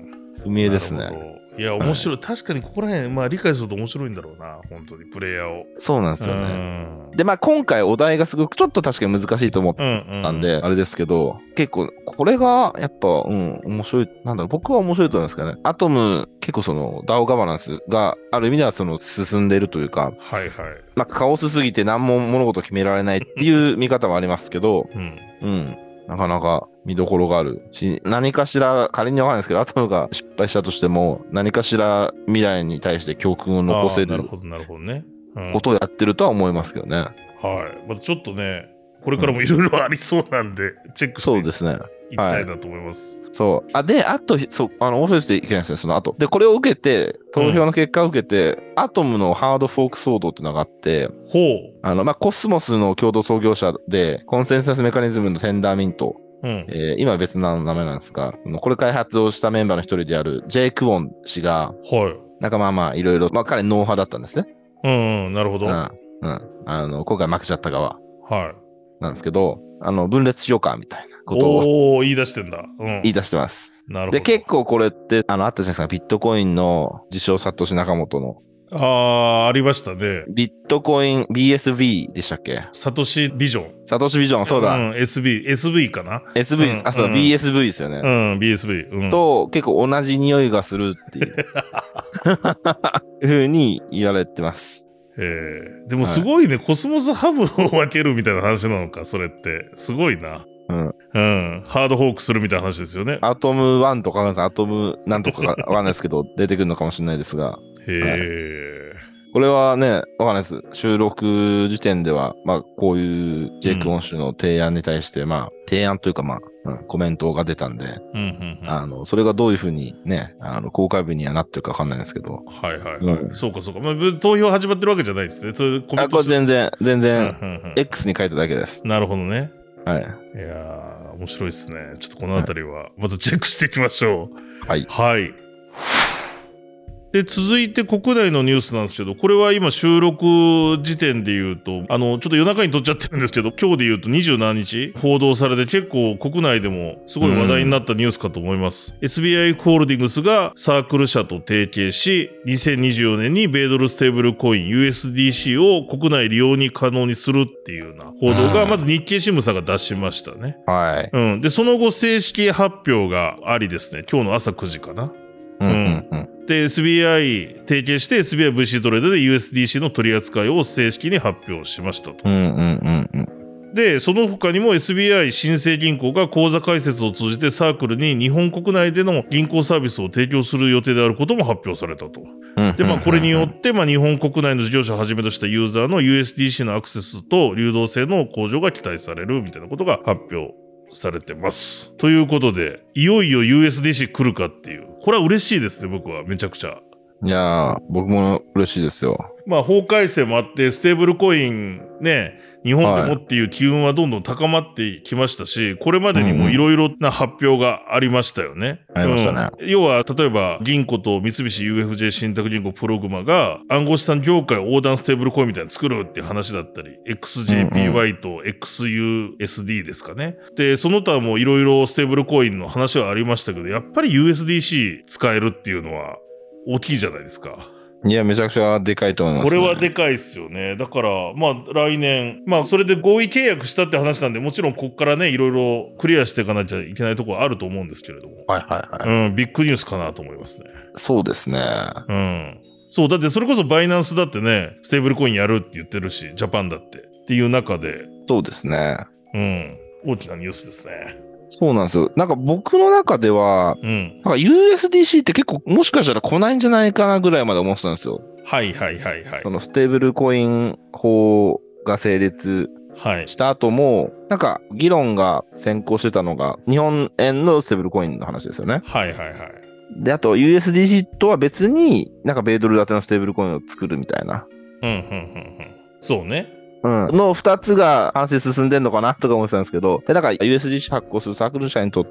踏み絵ですね。 いや、面白い。はい、確かにここら辺、まあ理解すると面白いんだろうな、本当に、プレイヤーを。 そうなんですよね。で、まあ今回お題がすごくちょっと確かに難しいと思ったんで、うんうん、あれですけど、結構、これがやっぱ、うん、面白い、なんだろう、僕は面白いと思いますかね。アトム、結構その、ダオ ガバナンスがある意味ではその、進んでいるというか、はいはい。まあカオスすぎて何も物事決められないっていう見方はありますけど、うん。うんなかなか見どころがあるし、何かしら、仮にわかんないですけど、アトムが失敗したとしても、何かしら未来に対して教訓を残せるなるほど、なるほどね。 ことをやってるとは思いますけどね。はい。 またちょっとね、これからもいろいろありそうなんで、うん、チェックしてそうですね。 いきたいなと思います。 はい、そう。あ、で、あと、そう、あの、忘れていけないですね、その後。で、これを受けて、投票の結果を受けて、うん、アトムのハードフォーク騒動っていうのがあって、ほう。あの、まあ、コスモスの共同創業者で、コンセンサスメカニズムのテンダーミント。うんえー、今は別の名前なんですが、これ開発をしたメンバーの一人であるジェイ・クオン氏が、はい。なんかまあまあ、いろいろ、まあ彼ノウハウだったんですね。 うん、うん、なるほど。うん。 うん。あの、今回負けちゃった側。はい。なんですけど、あの、分裂しようか、みたいなことを。 おー、言い出してんだ。うん。 言い出してます。なるほど。で、結構これって、あの、あったじゃないですか、ビットコインの自称サトシナカモトの。 ああ、ありましたね。 ビットコイン ビーエスビー でしたっけ？ サトシビジョン。 サトシビジョン、そうだ。 うん、エスビー、エスビー かな ?エスビー、うん、あ、そう、うん、ビーエスビー ですよね。 うん、ビーエスビー。うん、 と、結構同じ匂いがするっていう。ふうに言われてます。 へえ。でもすごいね、はい、コスモスハブを分けるみたいな話なのか、それって。すごいな。うん。うん。ハードフォークするみたいな話ですよね。 アトムワンとか、アトムなんとかわかんないですけど、出てくるのかもしれないですが。へえ、はい。 これはね、わかんないです。収録時点では、まあ、こういうジェイク・ウォン氏の提案に対して、うん、まあ、提案というか、まあ、うん、コメントが出たんで、うんうんうん、あの、それがどういうふうにね、あの、公開日にはなってるかわかんないんですけど。 はいはいはい。うん、そうかそうか。まあ、投票始まってるわけじゃないですね。そういうコメント。 あ、これ全然、全然、うんうんうん、X に書いただけです。 なるほどね。 はい。 いやー、面白いですね。ちょっとこのあたりは、まずチェックしていきましょう。 はい。 はい。で、続いて国内のニュースなんですけど、これは今収録時点で言うと、あの、ちょっと夜中に撮っちゃってるんですけど、今日で言うとにじゅうしちにち報道されて結構国内でもすごい話題になったニュースかと思います。エスビーアイ ホールディングスがサークル社と提携し、にせんにじゅうよねんに米ドルステーブルコイン ユーエスディーシー を国内利用に可能にするっていうような報道が、まず日経新聞さんが出しましたね。 はい。 うん。で、その後正式発表がありですね、今日の朝くじかな。 うんうんうん。 で、エスビーアイ 提携して エスビーアイブイシー トレードで ユーエスディーシー の取り扱いを正式に発表しましたと。 うんうんうんうん。 で、その他にも エスビーアイ 新生銀行が口座開設を通じてサークルに日本国内での銀行サービスを提供する予定であることも発表されたと。で、まあこれによって、まあ日本国内の事業者をはじめとしたユーザーの ユーエスディーシー のアクセスと流動性の向上が期待されるみたいなことが発表されてます。ということで、いよいよ ユーエスディーシー 来るかっていう。これは嬉しいですね、僕は。めちゃくちゃ。 いやー、僕も嬉しいですよ。 まあ、法改正もあって、ステーブルコインね、日本でもっていう機運はどんどん高まってきましたし、これまでにもいろいろな発表がありましたよね。 ありましたね。 うん、要は、例えば、銀行と三菱 ユーエフジェー 信託銀行プログマが暗号資産業界横断ステーブルコインみたいなの作るっていう話だったり、エックスジェーピーワイ と エックスユーエスディー ですかね。で、その他もいろいろステーブルコインの話はありましたけど、やっぱり ユーエスディーシー 使えるっていうのは大きいじゃないですか。 いや、めちゃくちゃでかいと思います、ね。 これはでかいっすよね。だから、まあ来年、まあそれで合意契約したって話なんで、もちろんこっからね、いろいろクリアしていかなきゃいけないところはあると思うんですけれども。 はいはいはい。 うん、ビッグニュースかなと思いますね。 そうですね。 うん。そう、だってそれこそバイナンスだってね、ステーブルコインやるって言ってるし、ジャパンだって。っていう中で。 そうですね。 うん。大きなニュースですね。 そうなんですよ。なんか僕の中では、うん、なんか ユーエスディーシー って結構もしかしたら来ないんじゃないかなぐらいまで思ってたんですよ。 はいはいはいはい。 そのステーブルコイン法が成立した後も、はい、なんか議論が先行してたのが日本円のステーブルコインの話ですよね。 はいはいはい。 で、あと ユーエスディーシー とは別になんか米ドル建てのステーブルコインを作るみたいな。 うんうんうんうん。そうね。 うん。の二つが話進んでんのかなとか思ってたんですけど、で、だから ユーエスディーシー 発行するサークル社にとって、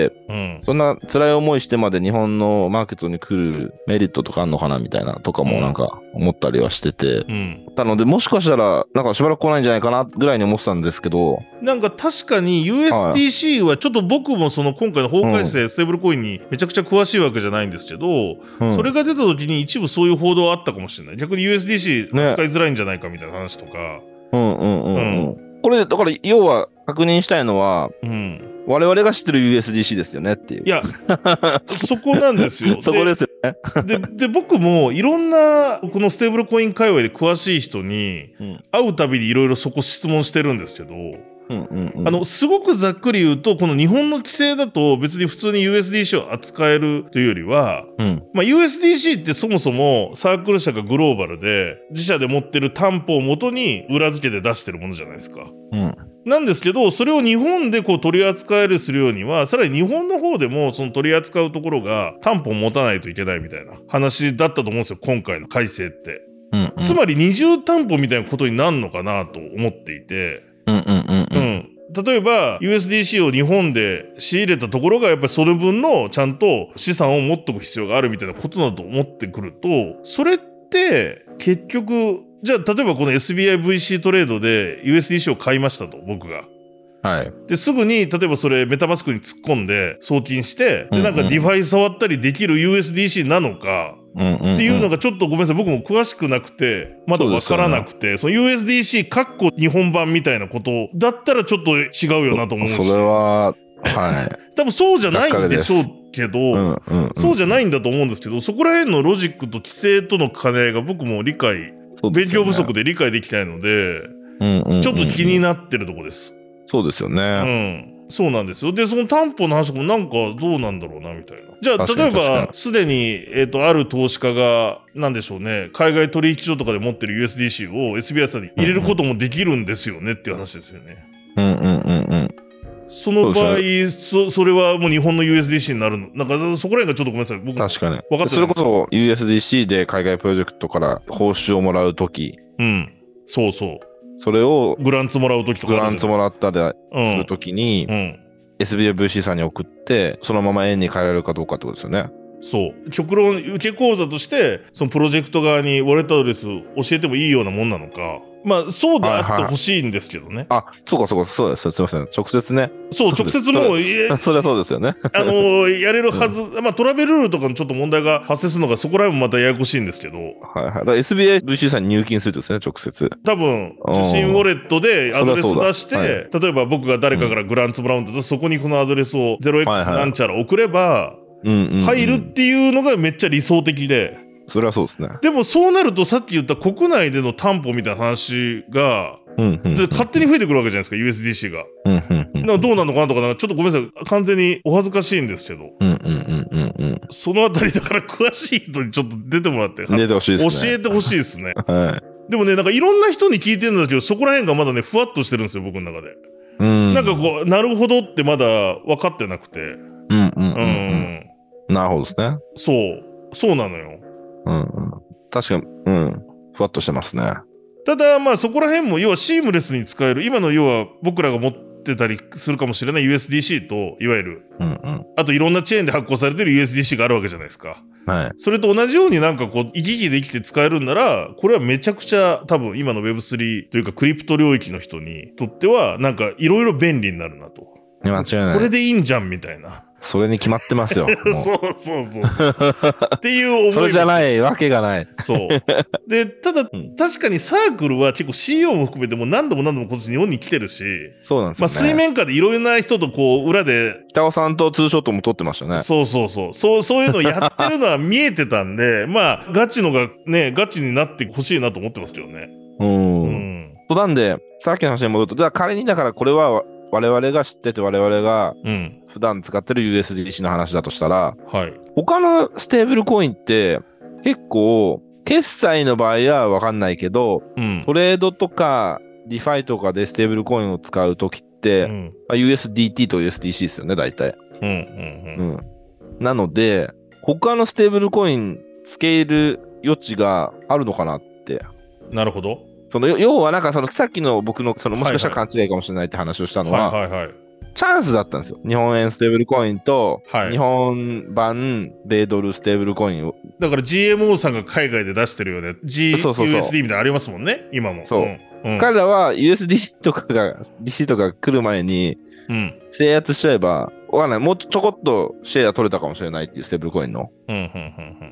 うん、そんな辛い思いしてまで日本のマーケットに来るメリットとかあんのかなみたいなとかもなんか思ったりはしてて、うん。なので、もしかしたら、なんかしばらく来ないんじゃないかなぐらいに思ってたんですけど、 なんか確かに ユーエスディーシー はちょっと僕もその今回の法改正、うん、ステーブルコインにめちゃくちゃ詳しいわけじゃないんですけど、うん、それが出た時に一部そういう報道あったかもしれない。逆に ユーエスディーシー 使いづらいんじゃないかみたいな話とか、ね、 うんうんうんうん。これ、だから、要は確認したいのは、うん、我々が知ってる ユーエスディーシー ですよねっていう。 いや、そこなんですよ。 そこですよねで。で、僕もいろんな、このステーブルコイン界隈で詳しい人に、会うたびにいろいろそこ質問してるんですけど、うんうんうん、あの、すごくざっくり言うと、この日本の規制だと別に普通に ユーエスディーシー を扱えるというよりは、うん、まあ ユーエスディーシー ってそもそもサークル社がグローバルで、自社で持ってる担保をもとに裏付けて出してるものじゃないですか。うん、なんですけど、それを日本でこう取り扱えるするようには、さらに日本の方でもその取り扱うところが担保を持たないといけないみたいな話だったと思うんですよ、今回の改正って。うんうん、つまり二重担保みたいなことになるのかなと思っていて、うんうんうんうん。例えば ユーエスディーシー を日本で仕入れたところがやっぱりそれ分のちゃんと資産を持っとく必要があるみたいなことだと思ってくると、それって結局、じゃあ例えばこの エスビーアイブイシー トレードで ユーエスディーシー を買いましたと、僕が。はい。で、すぐに、例えばそれメタマスクに突っ込んで送金して、で、なんかディファイ触ったりできる ユーエスディーシー なのか、っていうのがちょっとごめんなさい、僕も詳しくなくて、まだわからなくて、その ユーエスディーシー かっこ日本版みたいなことだったらちょっと違うよなと思うし。 それは、はい。 多分そうじゃないんでしょうけど、うんうんうん、そうじゃないんだと思うんですけど、そこら辺のロジックと規制との兼ね合いが僕も理解、ね、勉強不足で理解できないので、うんうんうんうん、ちょっと気になってるとこです。 そうですよね。 そうなんですよ。で、その担保の話もなんかどうなんだろうな、みたいな。じゃあ、例えば、すでに、えっと、ある投資家が、なんでしょうね、海外取引所とかで持ってる ユーエスディーシー を エスビーアイ さんに入れることもできるんですよねっていう話ですよね。 うんうんうんうん。 その場合、そ, それはもう日本の ユーエスディーシー になるの。なんかそこら辺がちょっとごめんなさい。僕確かに。 分かってそれこそ ユーエスディーシー で海外プロジェクトから報酬をもらうとき。 うん。そうそう。 それをグランツもらうときとか。 グランツもらったりするときに、うんうん、エスビーアイブイシー さんに送って、そのまま円に変えられるかどうかってことですよね。 そう。極論受け口座として、そのプロジェクト側にウォレットアドレス教えてもいいようなもんなのか。まあ、そうであってほしいんですけどね。はいはい、 あ、そうかそうか、そうです。すいません。直接ね。 そう、直接もう、 それはそうですよね。 あのー、やれるはず、うん、まあ、トラベルルールとかのちょっと問題が発生するのが、そこら辺もまたややこしいんですけど。 はいはい。だから エスビーアイブイシー さんに入金するとですね、直接。 多分、受信ウォレットでアドレス出して、はい、例えば僕が誰かからグランツもらうんだと、そこにこのアドレスを ゼロエックス なんちゃら送れば、入るっていうのがめっちゃ理想的で。 それはそうですね。 でもそうなるとさっき言った国内での担保みたいな話が、うんうんうん、で勝手に増えてくるわけじゃないですか ユーエスディーシー が、うんうんうん、なんかどうなのかなとかなんかちょっとごめんなさい完全にお恥ずかしいんですけど、うんうんうんうん、そのあたりだから詳しい人にちょっと出てもらって出てほしいですね、 教えてほしいですね、はい、でもねなんかいろんな人に聞いてるんだけどそこら辺がまだねふわっとしてるんですよ僕の中で、うん、なんかこうなるほどってまだ分かってなくてうんうんうん、うん、 なるほどですねそうそうなのようんうん確かにうんふわっとしてますねただまあそこら辺も要はシームレスに使える今の要は僕らが持ってたりするかもしれない ユーエスディーシー といわゆる、うんうん、あといろんなチェーンで発行されてる ユーエスディーシー があるわけじゃないですか、はい、それと同じようになんかこう行き来できて使えるんならこれはめちゃくちゃ多分今の ウェブスリー というかクリプト領域の人にとってはなんかいろいろ便利になるなと間違いないこれでいいんじゃんみたいなそれに決まってますよ。 そうそうそう。っていう思いそれじゃないわけがない。 そう。で、ただ、うん、確かにサークルは結構 シーイーオー も含めてもう何度も何度も今年日本に来てるし、 そうなんですよね。 まあ水面下でいろいろな人とこう裏で。 北尾さんとツーショットも撮ってましたね。 そうそうそう。そう、そういうのやってるのは見えてたんで、まあガチのがね、ガチになってほしいなと思ってますけどね。 うん。うん。なんで、さっきの話に戻ると、じゃあ仮にだからこれは、我々が知ってて我々が普段使ってる ユーエスディーシー の話だとしたら、うんはい、他のステーブルコインって結構決済の場合は分かんないけど、うん、トレードとかディファイとかでステーブルコインを使うときって、うんまあ、ユーエスディーティー と ユーエスディーシー ですよね大体、うんうんうんうん、なので他のステーブルコインつける余地があるのかなってなるほどその要はなんかそのさっきの僕のそのもしかしたら勘違いかもしれないって話をしたのは、はいはいはいはい、チャンスだったんですよ。日本円ステーブルコインと、はい、日本版米ドルステーブルコインを。 だから ジーエムオー さんが海外で出してるよね。G、ユーエスディー みたいなのありますもんね、今も。 そう。うんうん、彼らは ユーエスディーシー とかが、ディーシー とか来る前に、制圧しちゃえば、わかんない。もうちょこっとシェア取れたかもしれないっていうステーブルコインの。うんうんうんうん、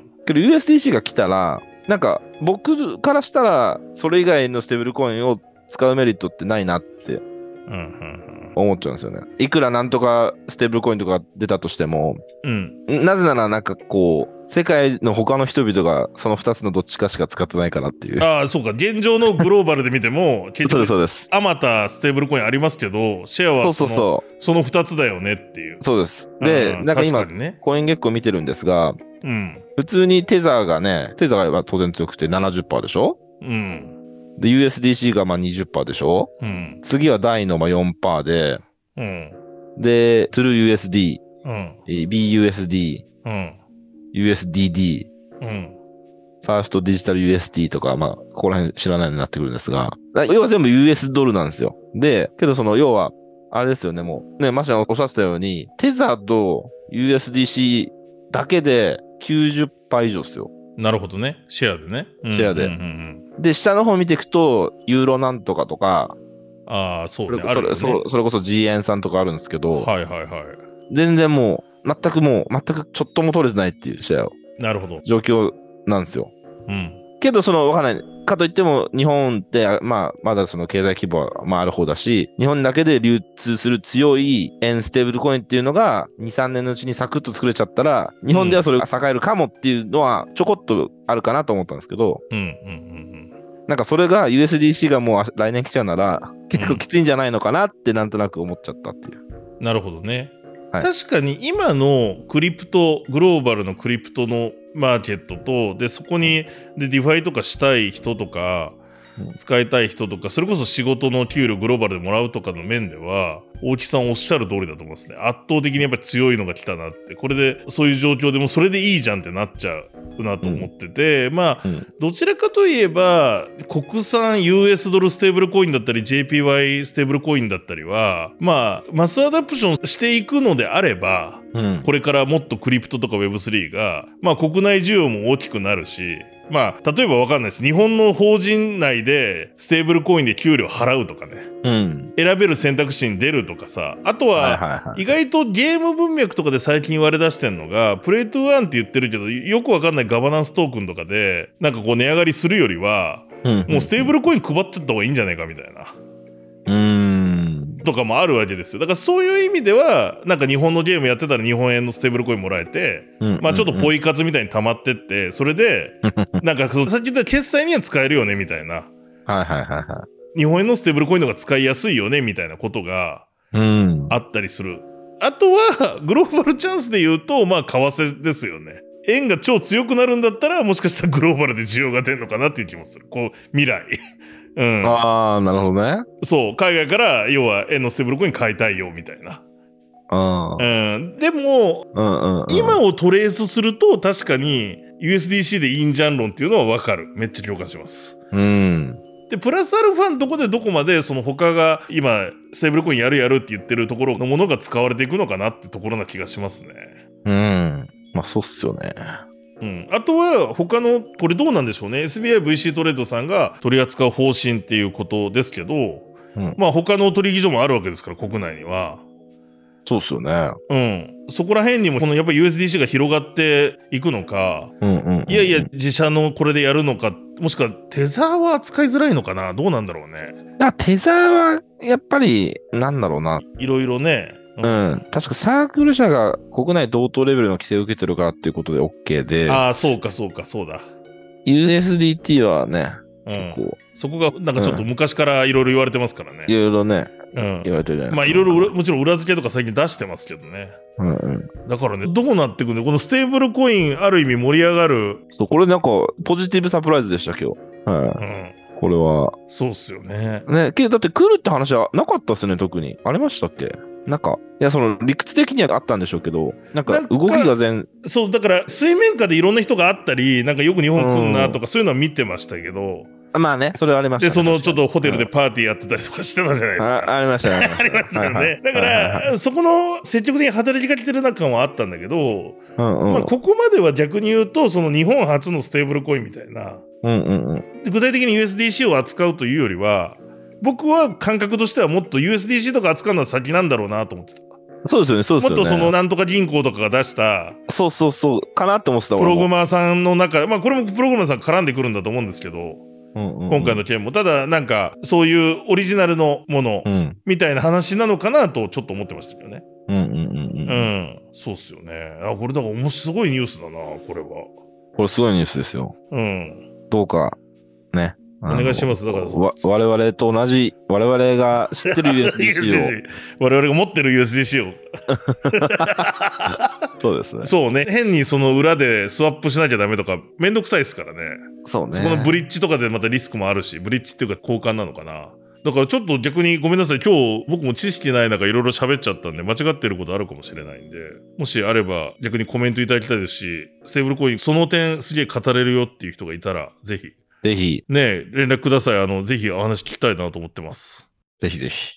けど ユーエスディーシー が来たら、なんか僕からしたらそれ以外のステーブルコインを使うメリットってないなって思っちゃうんですよね。いくらなんとかステーブルコインとか出たとしても、うん、なぜならなんかこう世界の他の人々がそのふたつのどっちかしか使ってないからっていう。 ああそうか現状のグローバルで見ても結局そうですあまたステーブルコインありますけどシェアはその、そうそうそうそのふたつだよねっていう。 そうです。で、なんか今、ね、コインゲッコ見てるんですが、うん、普通にテザーがね、テザーが当然強くて ななじゅっパーセント でしょ、うん、で、ユーエスディーシー がまあ にじゅっパーセント でしょ、うん、次はダイのまあ よんパーセント で、うん、で、トゥルー ユーエスディー、うん、ビーユーエスディー、うん、ユーエスディーディー、うん、ファーストデジタル ユーエスディー とか、まあ、ここら辺知らないようになってくるんですが、要は全部 ユーエス ドルなんですよ。で、けどその、要は、あれですよね、もう、ね、マシャンおっしゃってたように、テザーと ユーエスディーシー だけで きゅうじゅっパーセント 以上ですよ。 なるほどね。シェアでね。 シェアで。うんうんうん、で、下の方見ていくと、ユーロなんとかとか、 ああ、そうね。 それ、あるよね。それ、それこそ ジーエヌ さんとかあるんですけど、 はいはいはい。 全然もう、全くもう、全くちょっとも取れてないっていうシェアを。 なるほど。 状況なんですよ。うん。けど、その、わかんない。かといっても、日本って、まあ、まだその経済規模は、まあ、ある方だし、日本だけで流通する強い円ステーブルコインっていうのが、に、さんねんのうちにサクッと作れちゃったら、日本ではそれが栄えるかもっていうのは、ちょこっとあるかなと思ったんですけど、うんうんうんうん。なんかそれが ユーエスディーシー がもう来年来ちゃうなら、結構きついんじゃないのかなってなんとなく思っちゃったっていう。 うなるほどね。 はい、 確かに今のクリプト、グローバルのクリプトのマーケットと、で、そこにでディファイとかしたい人とか、使いたい人とか、それこそ仕事の給料グローバルでもらうとかの面では、大木さんおっしゃる通りだと思いますね。圧倒的にやっぱり強いのが来たなって。これで、そういう状況でもそれでいいじゃんってなっちゃうなと思ってて、うん、まあ、うん、どちらかといえば、国産 ユーエス ドルステーブルコインだったり、ジェーピーワイ ステーブルコインだったりは、まあ、マスアダプションしていくのであれば、うん、これからもっとクリプトとか ウェブスリー が、まあ国内需要も大きくなるし、まあ、例えばわかんないです。日本の法人内でステーブルコインで給料払うとかね。うん。選べる選択肢に出るとかさ。あとは、意外とゲーム文脈とかで最近言われ出してんのが、プレイトゥーアンって言ってるけど、よくわかんないガバナンストークンとかで、なんかこう値上がりするよりは、うんうんうん、もうステーブルコイン配っちゃった方がいいんじゃないかみたいな。うーん。とかもあるわけですよ。だからそういう意味では、なんか日本のゲームやってたら日本円のステーブルコインもらえて、うんうんうん、まあちょっとポイ活みたいに溜まってって、それで、なんかそのさっき言った決済には使えるよねみたいな。はいはいはいはい。日本円のステーブルコインの方が使いやすいよねみたいなことがあったりする。うん、あとは、グローバルチャンスで言うと、まあ為替ですよね。円が超強くなるんだったら、もしかしたらグローバルで需要が出るのかなっていう気もする。こう、未来。うん、ああ、なるほどね。そう、海外から要は円のステーブルコイン買いたいよみたいな。うん、でも、うんうんうん、今をトレースすると確かに ユーエスディーシー でいいんじゃん論っていうのは分かる。めっちゃ共感します。うん、でプラスアルファのとこでどこまでその他が今ステーブルコインやるやるって言ってるところのものが使われていくのかなってところな気がしますね。うん、まあそうっすよね。うん、あとは他のこれどうなんでしょうね。 エスビーアイ ブイシー トレードさんが取り扱う方針っていうことですけど、うん、まあ他の取引所もあるわけですから国内には。そうっすよね。うん。そこら辺にもこのやっぱり ユーエスディーシー が広がっていくのか、うんうんうんうん、いやいや自社のこれでやるのか、もしくはテザーは扱いづらいのかな、どうなんだろうね。だテザーはやっぱりなんだろうな。いろいろね。うん、確かサークル社が国内同等レベルの規制を受けてるからっていうことで OK で。ああ、そうかそうかそうだ。ユーエスディーティー はね、うん、結構そこがなんかちょっと昔からいろいろ言われてますからね。いろいろね、うん、言われてるじゃないですか。まあいろいろもちろん裏付けとか最近出してますけどね。うんうん、だからね、どうなってくんで、このステーブルコインある意味盛り上がる。そう、これなんかポジティブサプライズでした今日。はい。うん、これは。そうっすよね。ね、けどだって来るって話はなかったっすね、特に。ありましたっけ？なんか、いや、その理屈的にはあったんでしょうけど、なんか動きが全。そう、だから水面下でいろんな人があったり、なんかよく日本来んなとか、そういうのは見てましたけど。まあね、それはありましたね。で、そのちょっとホテルでパーティーやってたりとかしてたじゃないですか。あ, ありましたね。ありましたよね。はいはい、だから、はいはい、そこの積極的に働きかけてる中はあったんだけど、うんうん、まあ、ここまでは逆に言うと、その日本初のステーブルコインみたいな、うんうんうん、具体的に ユーエスディーシー を扱うというよりは、僕は感覚としてはもっと ユーエスディーシー とか扱うのは先なんだろうなと思ってた。そうですよね、そうですよね。もっとそのなんとか銀行とかが出した、そうそうそう、かなって思ってた。プログラマーさんの中、まあこれもプログラマーさん絡んでくるんだと思うんですけど、うんうんうん、今回の件も、ただなんかそういうオリジナルのものみたいな話なのかなとちょっと思ってましたけどね。うんうんうんうん。うん、そうっすよね。あ、これだから面白いすごいニュースだな、これは。これすごいニュースですよ。うん。どうか、ね。お願いします。だからわ我々と同じ、我々が知ってる ユーエスディーシー を我々が持ってる ユーエスディーシー をそうですね。そうね。変にその裏でスワップしなきゃダメとかめんどくさいですからね。そうね。そこのブリッジとかでまたリスクもあるし、ブリッジっていうか交換なのかな。だからちょっと逆にごめんなさい。今日僕も知識ない中いろいろ喋っちゃったんで間違ってることあるかもしれないんで、もしあれば逆にコメントいただきたいですし、ステーブルコインその点すげえ語れるよっていう人がいたらぜひ。ぜひ。ねえ、連絡ください。あの、ぜひお話聞きたいなと思ってます。ぜひぜひ。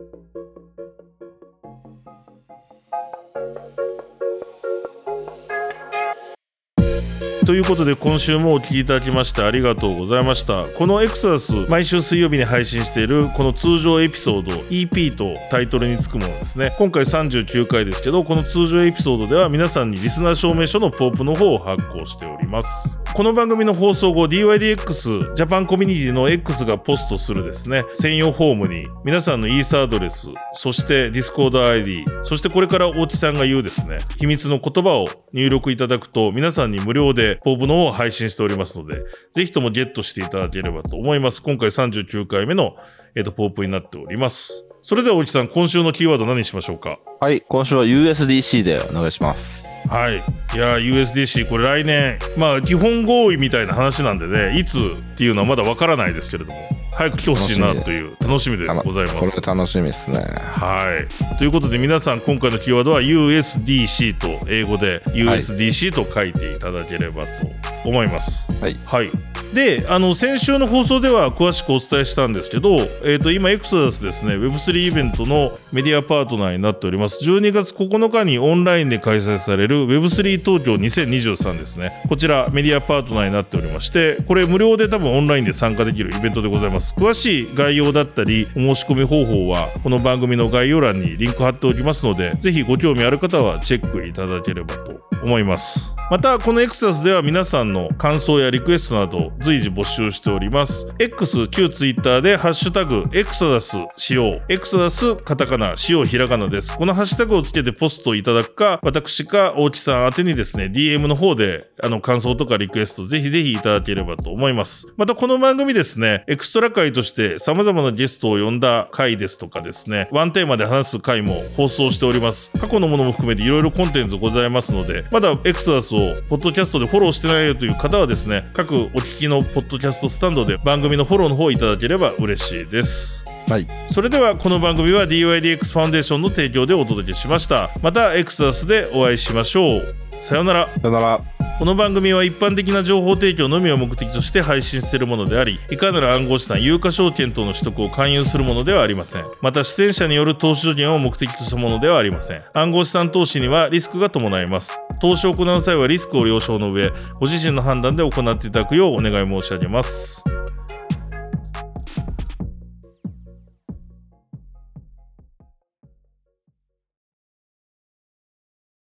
ということで今週もお聞きいただきましてありがとうございました。このエクサス毎週水曜日に配信しているこの通常エピソード イーピー とタイトルにつくものですね。今回さんじゅうきゅうかいですけど、この通常エピソードでは皆さんにリスナー証明書のポープの方を発行しております。この番組の放送後 ディーワイディーエックス ジャパンコミュニティの X がポストするですね専用フォームに皆さんのイーサアドレス、そしてディスコード アイディー、そしてこれから大木さんが言うですね秘密の言葉を入力いただくと皆さんに無料でポープの方を配信しておりますので、ぜひともゲットしていただければと思います。今回さんじゅうきゅうかいめの、えーと、ポープになっております。 それでは大木さん、今週のキーワード何にしましょうか？ はい、今週は ユーエスディーシー でお願いします。 はい。いや ユーエスディーシー これ来年まあ基本合意みたいな話なんでね、いつっていうのはまだわからないですけれども、早く来てほしいなという楽しみでございます。 これ楽しみですね。 はい。ということで皆さん、今回のキーワードは ユーエスディーシー と英語で ユーエスディーシー と書いていただければと思います。 はい。 はい。で、あの先週の放送では詳しくお伝えしたんですけど、えーと今エクソダスですね ウェブスリー イベントのメディアパートナーになっております。じゅうにがつここのかにオンラインで開催される ウェブスリー 東京にせんにじゅうさんですね。こちらメディアパートナーになっておりまして、これ無料で多分オンラインで参加できるイベントでございます。詳しい概要だったりお申し込み方法はこの番組の概要欄にリンク貼っておきますので、ぜひご興味ある方はチェックいただければと思います。またこのエクソダスでは皆さんの感想やリクエストなど随時募集しております。 X 旧 Twitter でハッシュタグエクソダス使用、エクソダスカタカナ、使用ひらがなです。このハッシュタグをつけてポストいただくか、私か大木さん宛てにですね ディーエム の方であの感想とかリクエストぜひぜひいただければと思います。またこの番組ですね、エクストラ回として様々なゲストを呼んだ回ですとかですね、ワンテーマで話す回も放送しております。過去のものも含めていろいろコンテンツございますので、まだエクソダスをポッドキャストでフォローしてないよという方はですね、各お聞きのポッドキャストスタンドで番組のフォローの方いただければ嬉しいです。 はい、 それではこの番組は ディーワイディーエックス ファンデーションの提供でお届けしました。またエクソダスでお会いしましょう。さようなら。 さようなら。 この番組は一般的な情報提供のみを目的として配信しているものであり、いかなる暗号資産、有価証券等の取得を勧誘するものではありません。また出演者による投資助言を目的としたものではありません。暗号資産投資にはリスクが伴います。投資を行う際はリスクを了承の上、ご自身の判断で行っていただくようお願い申し上げます。